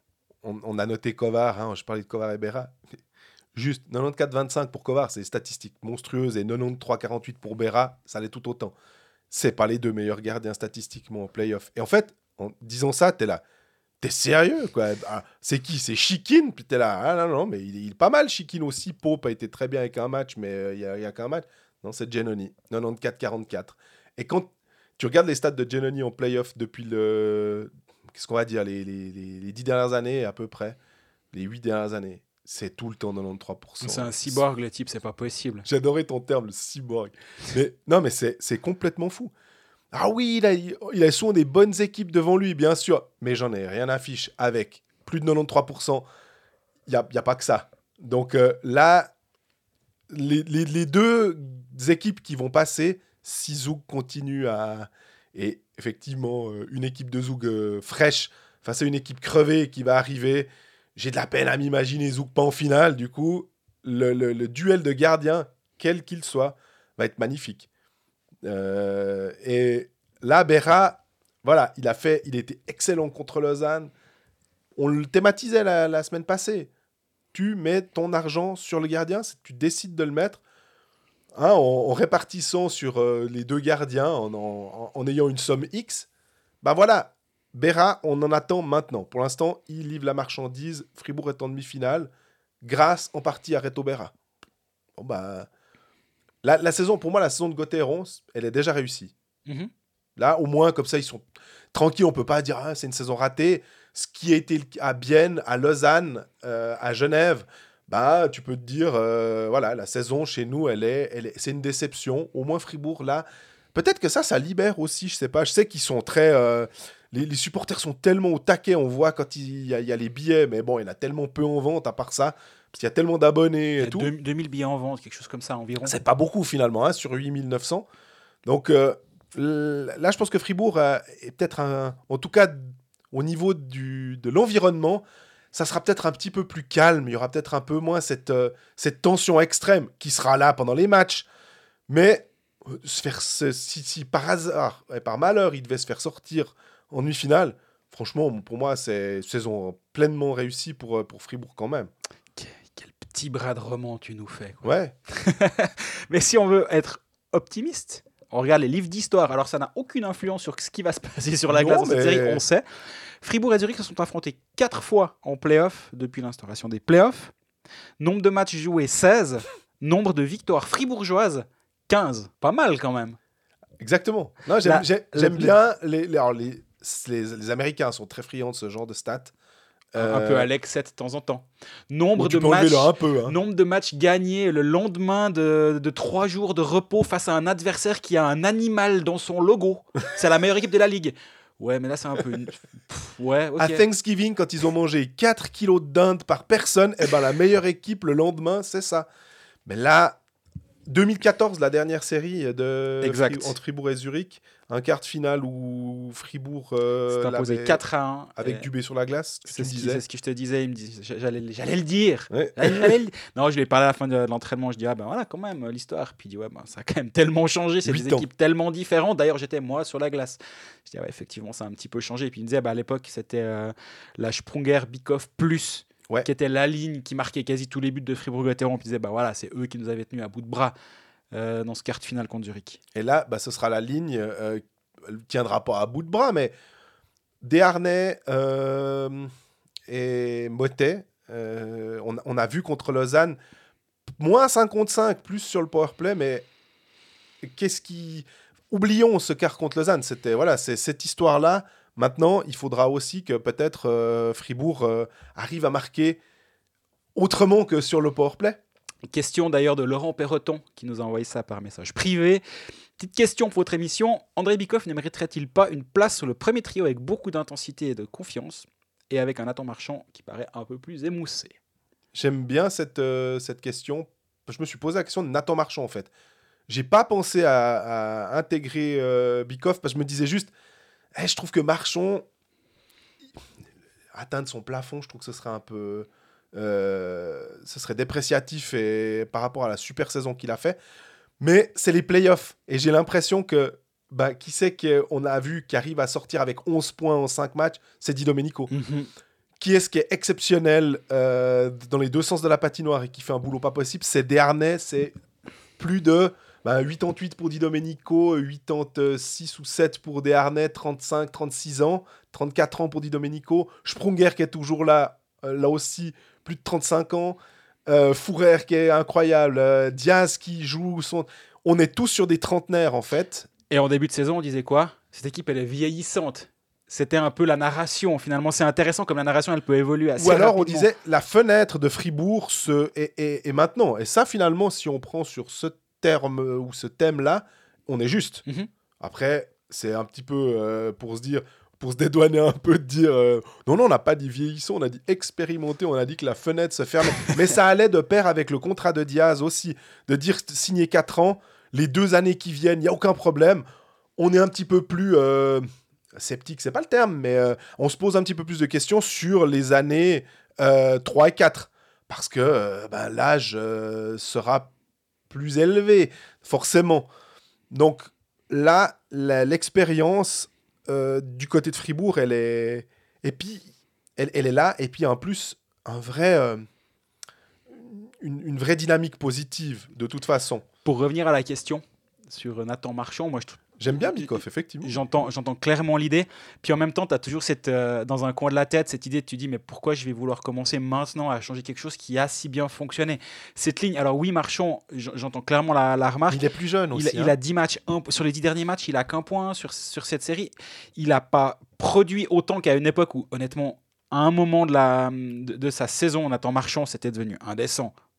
on a noté Kovar, hein, je parlais de Kovar et Berra. Juste 94-25 pour Kovar, c'est statistiques monstrueuses, et 93-48 pour Berra, ça l'est tout autant. C'est pas les 2 meilleurs gardiens statistiquement en play-off. Et en fait, en disant ça, t'es là. T'es sérieux, quoi? C'est qui? C'est Chikin? Puis t'es là. Ah non, mais il est pas mal, Chikin aussi. Pope a été très bien avec un match, mais il y a qu'un match. Non, c'est Giannoni. 94-44. Et quand tu regardes les stats de Giannoni en play-off depuis qu'est-ce qu'on va dire? Les 10 dernières années, à peu près. Les 8 dernières années. C'est tout le temps 93%. C'est un cyborg, le type, c'est pas possible. J'adorais ton terme, le cyborg. Mais c'est complètement fou. Ah oui, il a souvent des bonnes équipes devant lui, bien sûr. Mais j'en ai rien à fiche. Avec plus de 93%, il n'y a pas que ça. Donc là, les 2 équipes qui vont passer, si Zug continue à... Et effectivement, une équipe de Zug fraîche face à une équipe crevée qui va arriver... J'ai de la peine à m'imaginer Zouk pas en finale. Du coup, le duel de gardiens, quel qu'il soit, va être magnifique. Et là, Berra, voilà, il était excellent contre Lausanne. On le thématisait la semaine passée. Tu mets ton argent sur le gardien, tu décides de le mettre, hein, en répartissant sur les 2 gardiens, en ayant une somme X. Bah voilà. Berra, on en attend maintenant. Pour l'instant, il livre la marchandise. Fribourg est en demi-finale, grâce en partie à Reto Berra. Bon, bah, la saison, pour moi, la saison de Gauthieron, elle est déjà réussie. Mm-hmm. Là, au moins, comme ça, ils sont tranquilles. On ne peut pas dire c'est une saison ratée. Ce qui a été à Bienne, à Lausanne, à Genève, bah, tu peux te dire, voilà, la saison chez nous, c'est une déception. Au moins, Fribourg, là, peut-être que ça libère aussi, je sais pas. Je sais qu'ils sont très... les supporters sont tellement au taquet, on voit quand il y a les billets, mais bon, il y en a tellement peu en vente à part ça, parce qu'il y a tellement d'abonnés Il y et a tout. 2000 billets en vente, quelque chose comme ça environ. C'est pas beaucoup finalement, hein, sur 8900. Donc là, je pense que Fribourg est peut-être en tout cas au niveau de l'environnement, ça sera peut-être un petit peu plus calme. Il y aura peut-être un peu moins cette tension extrême qui sera là pendant les matchs. Mais si par hasard et par malheur, il devait se faire sortir en demi-finale, franchement, pour moi, c'est une saison pleinement réussie pour Fribourg quand même. Quel petit bras de roman tu nous fais. Quoi. Ouais. Mais si on veut être optimiste, on regarde les livres d'histoire. Alors ça n'a aucune influence sur ce qui va se passer sur la glace dans cette série, on sait. Fribourg et Zurich se sont affrontés 4 fois en play-off depuis l'instauration des play-offs. Nombre de matchs joués, 16. Nombre de victoires fribourgeoises, 15. Pas mal quand même. Exactement. Non, j'aime bien les Américains sont très friands de ce genre de stats. Un peu à l'excès de temps en temps. Nombre de matchs gagnés le lendemain de 3 jours de repos face à un adversaire qui a un animal dans son logo. C'est la meilleure équipe de la ligue. Ouais, mais là, c'est un peu... Ouais, ok. À Thanksgiving, quand ils ont mangé 4 kilos de dinde par personne, la meilleure équipe le lendemain, c'est ça. Mais là, 2014, la dernière série entre Fribourg et Zurich, un quart de finale où Fribourg s'est imposé 4-1 avec Dubé sur la glace. C'est ce que je te disais. J'allais le dire. Ouais. Non, je lui ai parlé à la fin de l'entraînement. Je dis voilà quand même l'histoire. Puis il dit ça a quand même tellement changé. C'est des équipes tellement différentes. D'ailleurs, j'étais moi sur la glace. Je dis effectivement, ça a un petit peu changé. Et puis il me disait à l'époque, c'était la Sprunger Bikoff Plus. Ouais. Qui était la ligne qui marquait quasi tous les buts de Fribourg-Gotteron. Puis il disait c'est eux qui nous avaient tenus à bout de bras dans ce quart de finale contre Zurich. Et là, ce sera la ligne, elle ne tiendra pas à bout de bras, mais Desharnais et Motet, on a vu contre Lausanne, moins 5 contre 5, plus sur le powerplay, mais oublions ce quart contre Lausanne, c'est cette histoire-là. Maintenant, il faudra aussi que peut-être Fribourg arrive à marquer autrement que sur le powerplay. Question d'ailleurs de Laurent Perroton qui nous a envoyé ça par message privé. Petite question pour votre émission. André Bikoff ne mériterait-il pas une place sur le premier trio avec beaucoup d'intensité et de confiance et avec un Nathan Marchand qui paraît un peu plus émoussé? J'aime bien cette question. Je me suis posé la question de Nathan Marchand en fait. J'ai pas pensé à intégrer Bikoff parce que je me disais juste je trouve que Marchand atteindre son plafond, je trouve que ce serait un peu... ce serait dépréciatif par rapport à la super saison qu'il a fait. Mais c'est les playoffs. Et j'ai l'impression que qui c'est qu'on a vu qui arrive à sortir avec 11 points en 5 matchs, c'est Di Domenico. Mm-hmm. Qui est-ce qui est exceptionnel dans les deux sens de la patinoire et qui fait un boulot pas possible? C'est Desharnais, c'est plus de 88 pour Di Domenico, 86 ou 7 pour Desharnais, 35, 36 ans, 34 ans pour Di Domenico. Sprunger qui est toujours là aussi, plus de 35 ans. Fourer qui est incroyable. Diaz qui joue On est tous sur des trentenaires en fait. Et en début de saison, on disait quoi? Cette équipe, elle est vieillissante. C'était un peu la narration. Finalement, c'est intéressant comme la narration, elle peut évoluer assez rapidement. Ou alors, on disait la fenêtre de Fribourg est maintenant. Et ça, finalement, si on prend sur ce terme ou ce thème-là, on est juste. Mm-hmm. Après, c'est un petit peu pour se dédouaner un peu, de dire non, on n'a pas dit vieillissant, on a dit expérimenté, on a dit que la fenêtre se ferme. Mais ça allait de pair avec le contrat de Diaz aussi, de dire signer 4 ans, les 2 années qui viennent, il n'y a aucun problème. On est un petit peu plus sceptique, c'est pas le terme, mais on se pose un petit peu plus de questions sur les années 3 et 4. Parce que l'âge sera plus élevé, forcément. Donc là, l'expérience du côté de Fribourg, elle est là, et puis en plus une vraie dynamique positive de toute façon. Pour revenir à la question sur Nathan Marchand, moi j'aime bien Bikoff, effectivement. J'entends clairement l'idée. Puis en même temps, tu as toujours dans un coin de la tête cette idée, tu te dis mais pourquoi je vais vouloir commencer maintenant à changer quelque chose qui a si bien fonctionné? Cette ligne, alors oui, Marchand, j'entends clairement la remarque. Il est plus jeune aussi. Il a 10 matchs, sur les 10 derniers matchs, il a qu'un point sur cette série. Il n'a pas produit autant qu'à une époque où, honnêtement, à un moment de sa saison, Nathan Marchand, c'était devenu indécent.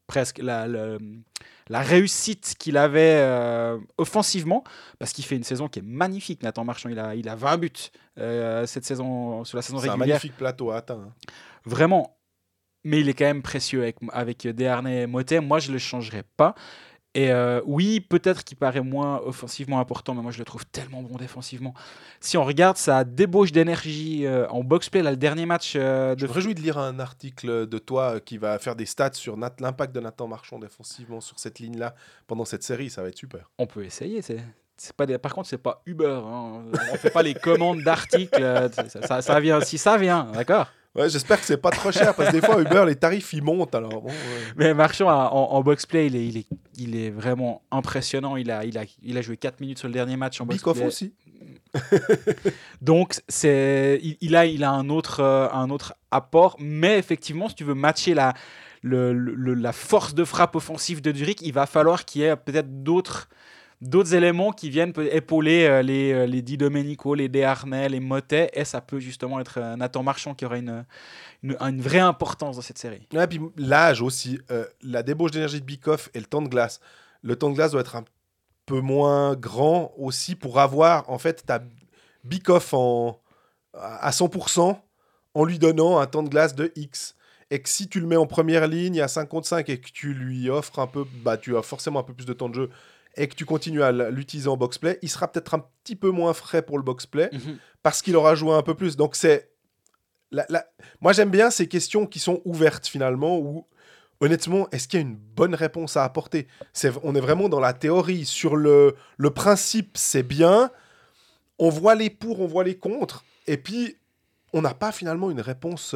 presque la réussite qu'il avait offensivement, parce qu'il fait une saison qui est magnifique. Nathan Marchand, il a 20 buts cette saison, sur la saison C'est un régulière. magnifique plateau à atteindre. Vraiment. Mais il est quand même précieux avec Desharnais et Motet. Moi, je ne le changerais pas. Et oui, peut-être qu'il paraît moins offensivement important, mais moi, je le trouve tellement bon défensivement. Si on regarde sa débauche d'énergie en box-play, là, le dernier match Je me réjouis de lire un article de toi qui va faire des stats sur l'impact de Nathan Marchand défensivement sur cette ligne-là pendant cette série. Ça va être super. On peut essayer. C'est pas par contre, c'est pas Uber. Hein. On fait pas les commandes d'articles. Ça vient si ça vient, d'accord. Ouais, j'espère que c'est pas trop cher parce que des fois Uber les tarifs ils montent alors bon. Ouais. Mais Marchand en box-play, il est vraiment impressionnant. Il a joué 4 minutes sur le dernier match en box-play. Bikoff aussi. Donc il a un autre apport, mais effectivement, si tu veux matcher la force de frappe offensive de Zurich, il va falloir qu'il y ait peut-être d'autres éléments qui viennent épauler les Di Domenico, les Desharnais, les Motet, et ça peut justement être Nathan Marchand qui aura une vraie importance dans cette série. Et puis l'âge aussi, la débauche d'énergie de Bikoff et le temps de glace. Le temps de glace doit être un peu moins grand aussi pour avoir en fait ta Bikoff à 100% en lui donnant un temps de glace de X. Et que si tu le mets en première ligne à 5 contre 5 et que tu lui offres un peu, tu as forcément un peu plus de temps de jeu et que tu continues à l'utiliser en box-play, il sera peut-être un petit peu moins frais pour le box-play parce qu'il aura joué un peu plus. Donc c'est... Moi j'aime bien ces questions qui sont ouvertes finalement où honnêtement, est-ce qu'il y a une bonne réponse à apporter ? On est vraiment dans la théorie. Sur le principe, c'est bien. On voit les pour, on voit les contre. Et puis, on n'a pas finalement une réponse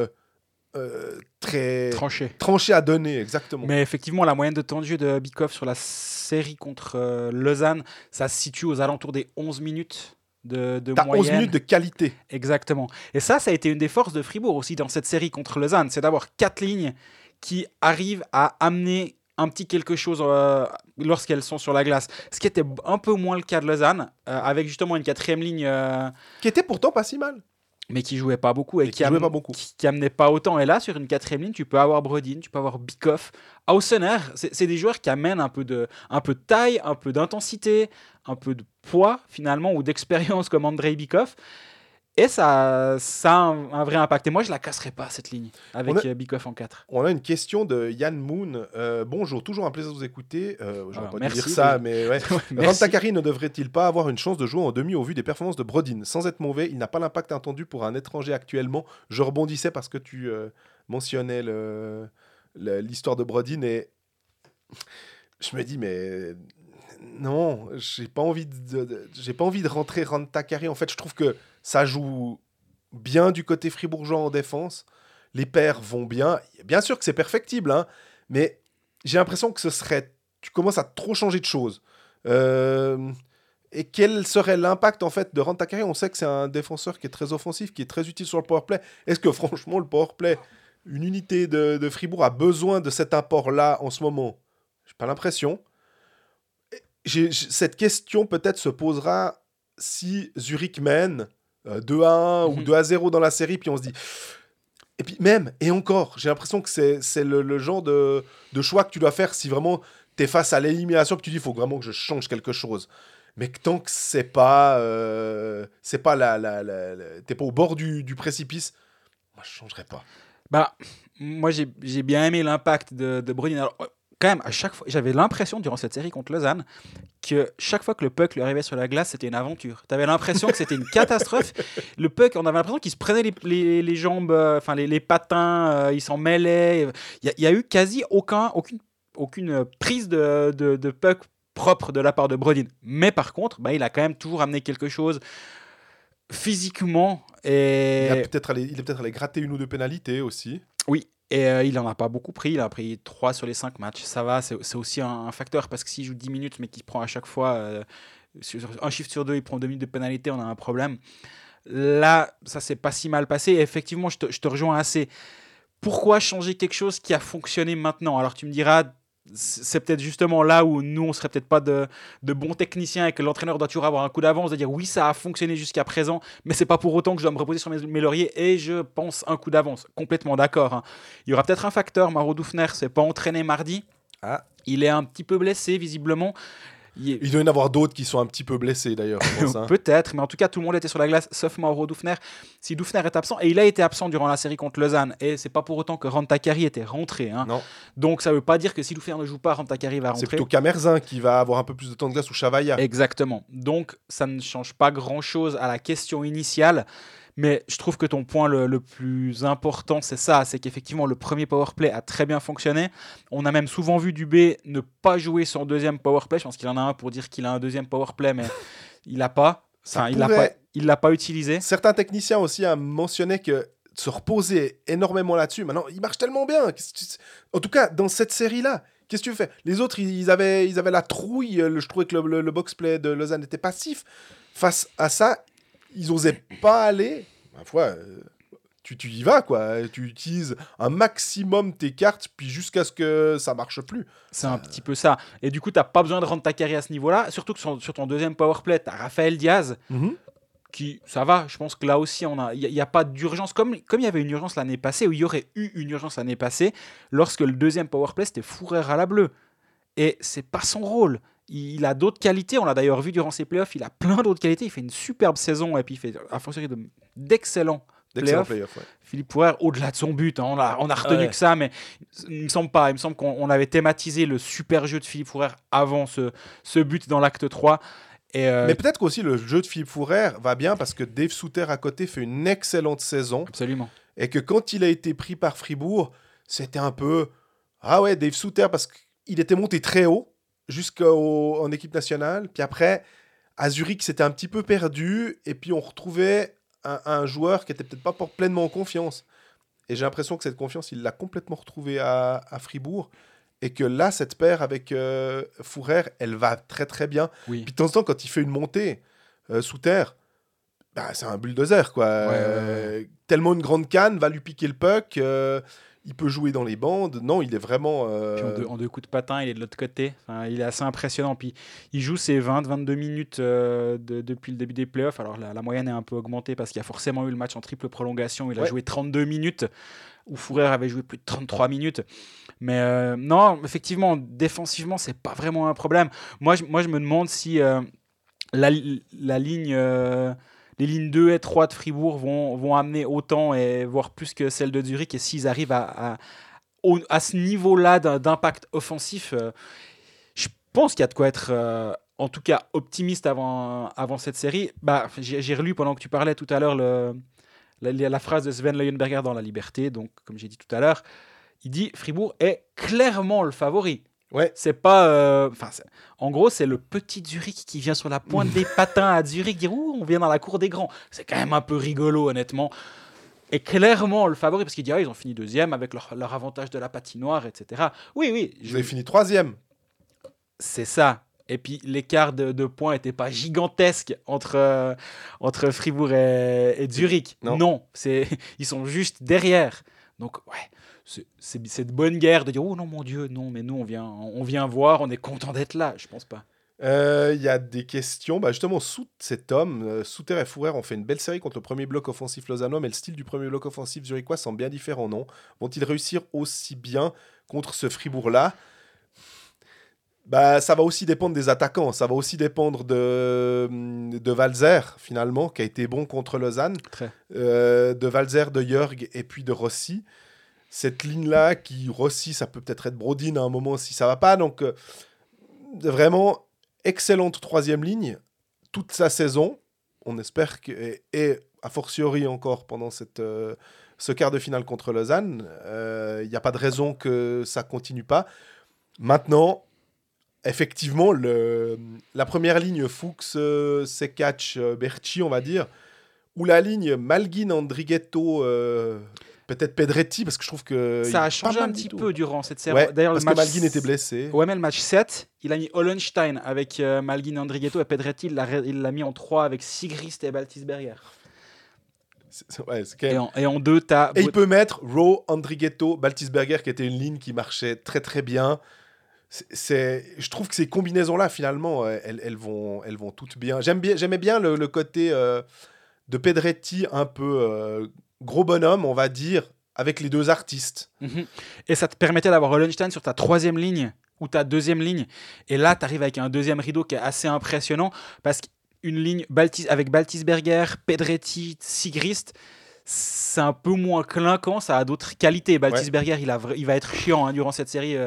très tranchée à donner, exactement. Mais effectivement, la moyenne de temps de jeu de Bikoff sur la série contre Lausanne, ça se situe aux alentours des 11 minutes de T'as moyenne. 11 minutes de qualité. Exactement. Et ça a été une des forces de Fribourg aussi dans cette série contre Lausanne. C'est d'avoir 4 lignes qui arrivent à amener un petit quelque chose lorsqu'elles sont sur la glace. Ce qui était un peu moins le cas de Lausanne, avec justement une 4e ligne... Qui était pourtant pas si mal. Mais qui jouait pas beaucoup et qui amenait pas autant. Et là, sur une 4e ligne, tu peux avoir Brodin, tu peux avoir Bikoff. Ausener, c'est des joueurs qui amènent un peu de taille, un peu d'intensité, un peu de poids finalement, ou d'expérience comme Andrei Bikoff. Et ça a un vrai impact. Et moi, je la casserais pas, cette ligne, avec Bikoff en 4. On a une question de Yann Moon. Bonjour, toujours un plaisir de vous écouter. Je vais pas merci, dire ça, oui. mais ouais. Rantakari ne devrait-il pas avoir une chance de jouer en demi au vu des performances de Brodin ? Sans être mauvais, il n'a pas l'impact attendu pour un étranger actuellement. Je rebondissais parce que tu mentionnais l'histoire de Brodin et je me dis, mais non, j'ai pas envie de rentrer Rantakari. En fait, je trouve que ça joue bien du côté fribourgeois en défense. Les pairs vont bien. Bien sûr que c'est perfectible, hein, mais j'ai l'impression que tu commences à trop changer de choses. Et quel serait l'impact en fait de Rantakari ? On sait que c'est un défenseur qui est très offensif, qui est très utile sur le powerplay. Est-ce que franchement, le powerplay, une unité de Fribourg a besoin de cet apport-là en ce moment ? J'ai pas l'impression. Cette question peut-être se posera si Zurich mène 2-1 ou 2-0 dans la série, puis on se dit... Et puis même, et encore, j'ai l'impression que c'est le genre de choix que tu dois faire si vraiment tu es face à l'élimination, que tu dis, il faut vraiment que je change quelque chose. Mais tant que c'est pas t'es pas au bord du précipice, moi je changerais pas. Moi j'ai bien aimé l'impact de Brodin. Alors, quand même, à chaque fois, j'avais l'impression durant cette série contre Lausanne que chaque fois que le puck lui arrivait sur la glace, c'était une aventure. Tu avais l'impression que c'était une catastrophe. Le puck, on avait l'impression qu'il se prenait les jambes, les patins, il s'en mêlait. Il y a eu quasi aucune prise de puck propre de la part de Brodin. Mais par contre, il a quand même toujours amené quelque chose physiquement. Et... Il est peut-être allé gratter une ou deux pénalités aussi. Oui. Et il n'en a pas beaucoup pris, il a pris 3 sur les 5 matchs. Ça va, c'est aussi un facteur, parce que s'il joue 10 minutes, mais qu'il prend à chaque fois, un chiffre sur 2, il prend 2 minutes de pénalité, on a un problème. Là, ça s'est pas si mal passé. Et effectivement, je te rejoins assez. Pourquoi changer quelque chose qui a fonctionné maintenant ? Alors tu me diras, c'est peut-être justement là où nous, on serait peut-être pas de bons techniciens et que l'entraîneur doit toujours avoir un coup d'avance, de dire oui, ça a fonctionné jusqu'à présent, mais c'est pas pour autant que je dois me reposer sur mes lauriers et je pense un coup d'avance. Complètement d'accord. Hein. Il y aura peut-être un facteur, Mauro Dufner s'est pas entraîné mardi. Ah. Il est un petit peu blessé, visiblement. Il doit y en avoir d'autres qui sont un petit peu blessés d'ailleurs. Je pense, hein. Peut-être, mais en tout cas, tout le monde était sur la glace, sauf Mauro Dufner. Si Dufner est absent, et il a été absent durant la série contre Lausanne, et c'est pas pour autant que Rantakari était rentré. Hein. Non. Donc ça veut pas dire que si Dufner ne joue pas, Rantakari va rentrer. C'est plutôt Camerzin qui va avoir un peu plus de temps de glace ou Chavaya. Exactement. Donc ça ne change pas grand-chose à la question initiale. Mais je trouve que ton point le plus important, c'est ça, c'est qu'effectivement, le premier powerplay a très bien fonctionné. On a même souvent vu Dubé ne pas jouer son deuxième powerplay. Je pense qu'il en a un pour dire qu'il a un deuxième powerplay, mais il l'a pas. Enfin, il l'a pas utilisé. Certains techniciens aussi mentionnaient que se reposer énormément là-dessus. Maintenant, il marche tellement bien. En tout cas, dans cette série-là, qu'est-ce que tu fais ? Les autres, ils avaient la trouille. Je trouvais que le box-play de Lausanne était passif. Face à ça, ils n'osaient pas aller. Ma foi, tu y vas, quoi. Tu utilises un maximum tes cartes, puis jusqu'à ce que ça marche plus. C'est un petit peu ça. Et du coup, tu n'as pas besoin de rendre ta carrière à ce niveau-là. Surtout que sur ton deuxième powerplay, tu as Raphaël Diaz, qui, ça va. Je pense que là aussi, il n'y a pas d'urgence. Comme il y avait une urgence l'année passée, ou il y aurait eu une urgence l'année passée, lorsque le deuxième powerplay, c'était Fourer à la bleue. Et c'est pas son rôle. Il a d'autres qualités, on l'a d'ailleurs vu durant ses playoffs, il a plein d'autres qualités, il fait une superbe saison et puis il fait a fortiori d'excellents playoffs. Ouais. Philippe Fourer, au-delà de son but, hein, on a retenu que ça, mais il me semble qu'on avait thématisé le super jeu de Philippe Fourer avant ce but dans l'acte 3. Mais peut-être qu'aussi le jeu de Philippe Fourer va bien parce que Dave Souter à côté fait une excellente saison. Absolument. Et que quand il a été pris par Fribourg, c'était un peu... Ah ouais, Dave Souter, parce qu'il était monté très haut jusqu'en équipe nationale. Puis après, à Zurich, c'était un petit peu perdu. Et puis, on retrouvait un joueur qui n'était peut-être pas pleinement en confiance. Et j'ai l'impression que cette confiance, il l'a complètement retrouvée à Fribourg. Et que là, cette paire avec Fourer, elle va très, très bien. Oui. Puis, de temps en temps, quand il fait une montée sous terre, bah, c'est un bulldozer, quoi. Ouais. Tellement une grande canne va lui piquer le puck. Il peut jouer dans les bandes. Non, il est vraiment... Puis en deux coups de patin, il est de l'autre côté. Enfin, il est assez impressionnant. Puis il joue ses 20-22 minutes depuis le début des playoffs. Alors la moyenne est un peu augmentée parce qu'il y a forcément eu le match en triple prolongation. Il a joué 32 minutes, où Fourer avait joué plus de 33 minutes. Mais non, effectivement, défensivement, c'est pas vraiment un problème. Moi, je me demande si la ligne... les lignes 2 et 3 de Fribourg vont amener autant, et voire plus que celles de Zurich. Et s'ils arrivent à ce niveau-là d'impact offensif, je pense qu'il y a de quoi être, en tout cas, optimiste avant cette série. Bah, j'ai relu pendant que tu parlais tout à l'heure la phrase de Sven Leuenberger dans La Liberté. Donc, comme j'ai dit tout à l'heure, il dit Fribourg est clairement le favori. Ouais. C'est pas. En gros, c'est le petit Zurich qui vient sur la pointe des patins à Zurich dire on vient dans la cour des grands. C'est quand même un peu rigolo, honnêtement. Et clairement le favori, parce qu'il dit ils ont fini deuxième avec leur avantage de la patinoire, etc. Oui. Vous avez fini troisième. C'est ça. Et puis l'écart de points n'était pas gigantesque entre Fribourg et Zurich. Non. Ils sont juste derrière. Donc, ouais. C'est de bonne guerre de dire oh non mon Dieu non, mais nous on vient voir, on est content d'être là. Je pense pas. Il y a des questions, justement sous cet homme Souter et Fourer ont fait une belle série contre le premier bloc offensif lausannois, mais le style du premier bloc offensif zurichois semble bien différent, non? Vont-ils réussir aussi bien contre ce Fribourg là? Ça va aussi dépendre des attaquants, ça va aussi dépendre de Walzer finalement, qui a été bon contre Lausanne, de Walzer, de Jörg et puis de Rossi. Cette ligne-là, Rossi, ça peut peut-être être Brodin à un moment si ça va pas. Donc, vraiment, excellente troisième ligne toute sa saison. On espère et a fortiori encore pendant ce quart de finale contre Lausanne. Il n'y a pas de raison que ça continue pas. Maintenant, effectivement, la première ligne Fuchs, Sekac, Berchi, on va dire, ou la ligne Malguin, Andrighetto... peut-être Pedretti, parce que je trouve que... Ça a changé un petit peu durant cette série. Ouais, d'ailleurs, parce que Malguin était blessé. Ouais, mais le match 7, il a mis Hollenstein avec Malguin, Andrighetto, et Pedretti, il l'a mis en 3 avec Sigrist et Baltisberger. C'est quand même... Et en 2, Et il peut mettre Rowe, Andrighetto, Baltisberger, qui était une ligne qui marchait très très bien. Je trouve que ces combinaisons-là, finalement, elles vont toutes bien. J'aimais bien le côté de Pedretti, un peu gros bonhomme, on va dire, avec les deux artistes. Et ça te permettait d'avoir Hollenstein sur ta troisième ligne ou ta deuxième ligne. Et là, tu arrives avec un deuxième rideau qui est assez impressionnant parce qu'une ligne avec Baltisberger, Pedretti, Sigrist, c'est un peu moins clinquant, ça a d'autres qualités. Baltisberger, il va être chiant durant cette série.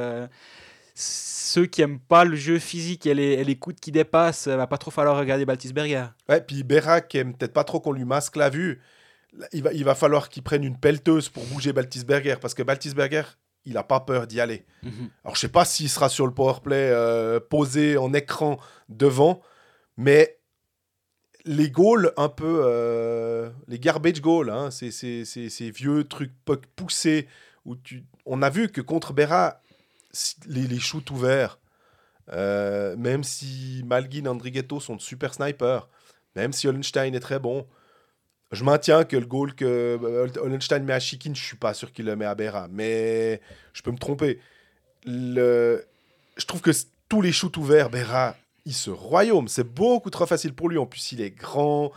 Ceux qui aiment pas le jeu physique et les coups qui dépassent, va pas trop falloir regarder Baltisberger. Ouais, puis Berra, qui aime peut-être pas trop qu'on lui masque la vue, il va falloir qu'il prenne une pelleteuse pour bouger Baltisberger, parce que Baltisberger, il a pas peur d'y aller. Alors, je sais pas s'il sera sur le powerplay posé en écran devant, mais les goals un peu, les garbage goals, hein, ces vieux trucs poussés, où on a vu que contre Berra, les shoots ouverts, même si Malgin et Andrighetto sont de super snipers, même si Hollenstein est très bon, je maintiens que le goal que Hollenstein met à Shikin, je suis pas sûr qu'il le met à Berra, mais je peux me tromper. Je trouve que tous les shoots ouverts, Berra, il se royaume, c'est beaucoup trop facile pour lui, en plus il est grand,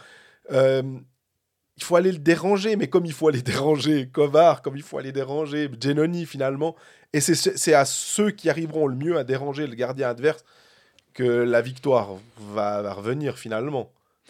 il faut aller le déranger, mais comme il faut aller déranger Kovar, comme il faut aller déranger Giannoni finalement, et c'est à ceux qui arriveront le mieux à déranger le gardien adverse que la victoire va revenir finalement.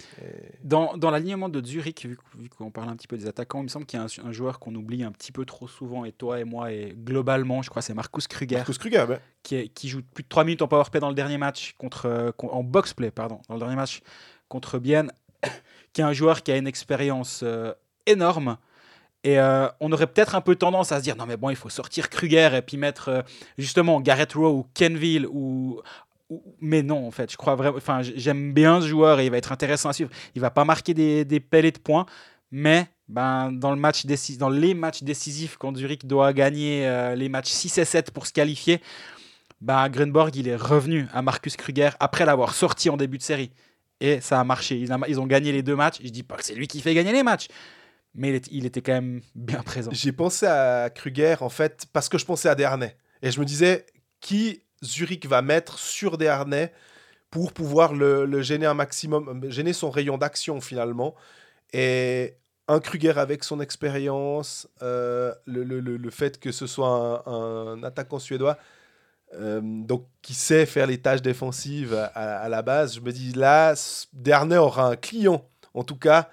Dans l'alignement de Zurich, vu qu'on parle un petit peu des attaquants, il me semble qu'il y a un joueur qu'on oublie un petit peu trop souvent, et toi et moi, et globalement, je crois, c'est Marcus Kruger. Marcus Kruger, ouais. qui joue plus de 3 minutes en powerplay dans le dernier match, en boxplay, pardon, dans le dernier match contre Bienne, qui est un joueur qui a une expérience énorme. Et on aurait peut-être un peu tendance à se dire non mais bon, il faut sortir Kruger et puis mettre justement Garrett Rowe ou Kenville mais non, en fait, je crois vraiment. Enfin, j'aime bien ce joueur et il va être intéressant à suivre. Il va pas marquer des pellets de points, mais dans les matchs décisifs, quand Zurich doit gagner les matchs 6 et 7 pour se qualifier, Grunborg, il est revenu à Marcus Kruger après l'avoir sorti en début de série. Et ça a marché. Ils ont gagné les 2 matchs. Je dis pas que c'est lui qui fait gagner les matchs, mais il était quand même bien présent. J'ai pensé à Kruger, en fait, parce que je pensais à Desharnais. Et je me disais, qui Zurich va mettre sur Desharnais pour pouvoir le gêner un maximum, gêner son rayon d'action, finalement. Et un Kruger avec son expérience, le fait que ce soit un attaquant suédois, donc qui sait faire les tâches défensives à la base, je me dis, là, Desharnais aura un client, en tout cas.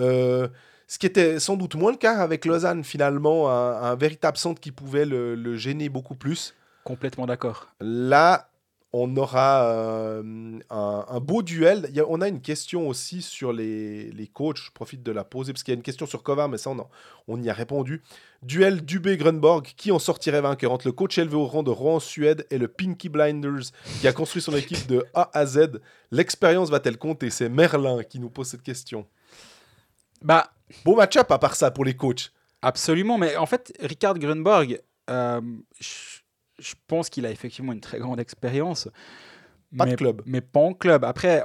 Ce qui était sans doute moins le cas avec Lausanne, finalement, un véritable centre qui pouvait le gêner beaucoup plus. Complètement d'accord. Là, on aura un beau duel. On a une question aussi sur les coachs. Je profite de la poser, parce qu'il y a une question sur Kovar, mais ça, on y a répondu. Duel Dubé-Grunborg, qui en sortirait vainqueur entre le coach élevé au rang de Rouen, Suède, et le Pinky Blinders, qui a construit son équipe de A à Z. L'expérience va-t-elle compter? C'est Merlin qui nous pose cette question. Beau match-up à part ça pour les coachs. Absolument, mais en fait, Richard Grunborg, je pense qu'il a effectivement une très grande expérience. Pas de club. Mais pas en club. Après,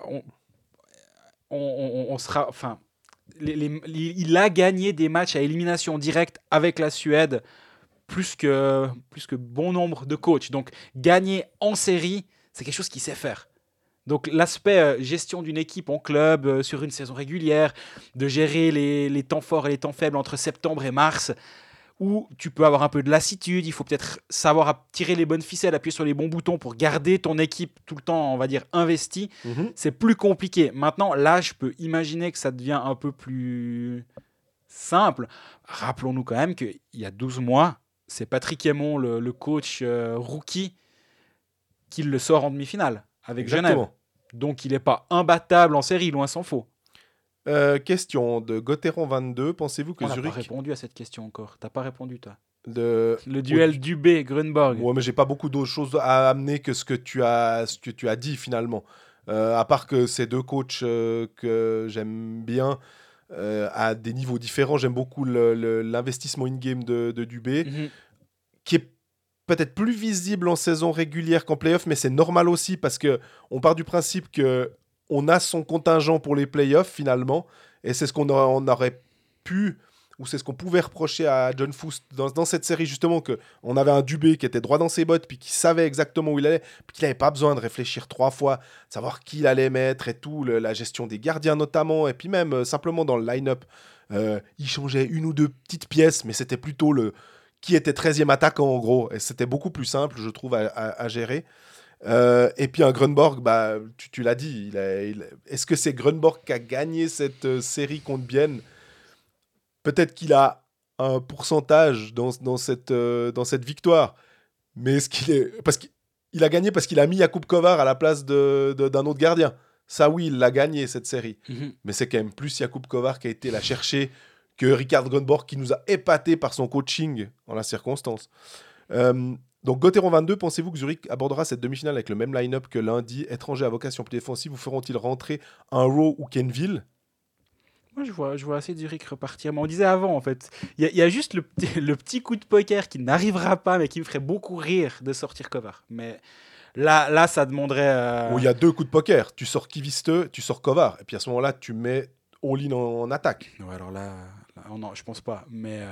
on sera... Enfin, il a gagné des matchs à élimination directe avec la Suède, plus que bon nombre de coachs. Donc, gagner en série, c'est quelque chose qu'il sait faire. Donc l'aspect gestion d'une équipe en club sur une saison régulière, de gérer les temps forts et les temps faibles entre septembre et mars, où tu peux avoir un peu de lassitude, il faut peut-être savoir tirer les bonnes ficelles, appuyer sur les bons boutons pour garder ton équipe tout le temps, on va dire, investie. C'est plus compliqué. Maintenant, là, je peux imaginer que ça devient un peu plus simple. Rappelons-nous quand même qu'il y a 12 mois, c'est Patrick Aymon, le coach rookie, qui le sort en demi-finale avec Genève. Donc il n'est pas imbattable en série, loin s'en faut. Question de Gauthieron22. Pensez-vous que On n'a Zurich... pas répondu à cette question encore. T'as pas répondu, toi. Le duel Dubé-Grunborg. Ouais, mais j'ai pas beaucoup d'autres choses à amener que ce que tu as dit finalement. À part que ces deux coachs que j'aime bien à des niveaux différents. J'aime beaucoup l'investissement in-game de Dubé, qui est peut-être plus visible en saison régulière qu'en play-off, mais c'est normal aussi parce qu'on part du principe qu'on a son contingent pour les play-offs finalement, et c'est ce qu'on aurait pu ou c'est ce qu'on pouvait reprocher à John Foust dans cette série, justement, qu'on avait un Dubé qui était droit dans ses bottes, puis qui savait exactement où il allait, puis qu'il n'avait pas besoin de réfléchir 3 fois, de savoir qui il allait mettre et tout, la gestion des gardiens notamment, et puis même simplement dans le line-up, il changeait une ou deux petites pièces, mais c'était plutôt qui était 13e attaquant en gros, et c'était beaucoup plus simple, je trouve, à gérer. Et puis un Grunborg, bah, tu l'as dit, est-ce que c'est Grunborg qui a gagné cette série contre Bienne? Peut-être qu'il a un pourcentage dans cette victoire, mais est-ce qu'il est... Parce qu'il a gagné parce qu'il a mis Jakub Kovar à la place d'un autre gardien. Ça oui, il l'a gagné cette série. Mais c'est quand même plus Jakub Kovar qui a été la chercher que Richard Grunborg qui nous a épaté par son coaching en la circonstance. Donc Gauthieron 22, pensez-vous que Zurich abordera cette demi-finale avec le même line-up que lundi? Étranger à vocation plus défensive, ou feront-ils rentrer un Rowe ou Kenville? Moi, je vois assez Zurich repartir. Mais on disait avant, en fait, il y a juste le petit coup de poker qui n'arrivera pas, mais qui me ferait beaucoup rire de sortir Kovar. Mais là ça demanderait... Il y a 2 coups de poker. Tu sors Kiviste, tu sors Kovar. Et puis à ce moment-là, tu mets all-in en attaque. Ouais, alors là non, je pense pas.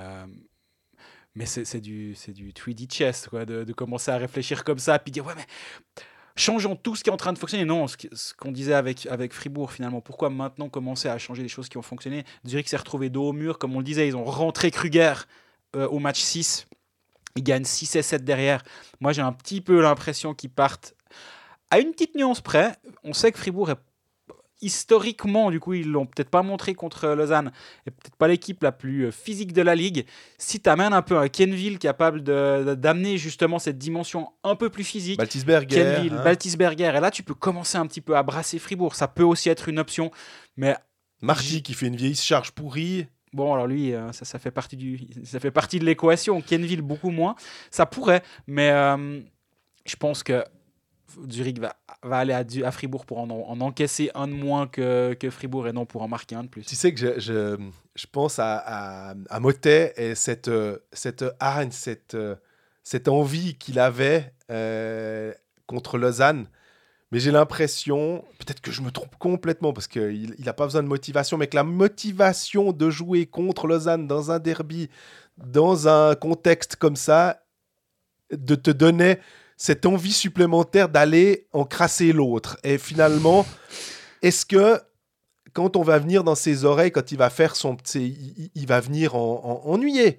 Mais c'est du 3D chess, quoi, de commencer à réfléchir comme ça, puis dire, ouais, mais changeons tout ce qui est en train de fonctionner. Non, ce qu'on disait avec Fribourg, finalement. Pourquoi maintenant commencer à changer les choses qui ont fonctionné? Zurich s'est retrouvé dos au mur, comme on le disait. Ils ont rentré Kruger au match 6. Ils gagnent 6 et 7 derrière. Moi, j'ai un petit peu l'impression qu'ils partent à une petite nuance près. On sait que Fribourg est historiquement, du coup, ils l'ont peut-être pas montré contre Lausanne, et peut-être pas l'équipe la plus physique de la ligue. Si tu amènes un peu un Kenville capable d'amener justement cette dimension un peu plus physique, Baltisberger, et là tu peux commencer un petit peu à brasser Fribourg. Ça peut aussi être une option, mais Marty qui fait une vieille charge pourrie. Bon, alors lui, ça fait partie de l'équation. Kenville beaucoup moins. Ça pourrait, mais je pense que Zurich va aller à Fribourg pour en encaisser un de moins que Fribourg, et non pour en marquer un de plus. Tu sais que je pense à Motet et cette hargne, cette envie qu'il avait contre Lausanne. Mais j'ai l'impression, peut-être que je me trompe complètement, parce qu'il n'a pas besoin de motivation, mais que la motivation de jouer contre Lausanne dans un derby, dans un contexte comme ça, de te donner cette envie supplémentaire d'aller encrasser l'autre. Et finalement, est-ce que quand on va venir dans ses oreilles, quand il va faire il va venir ennuyer,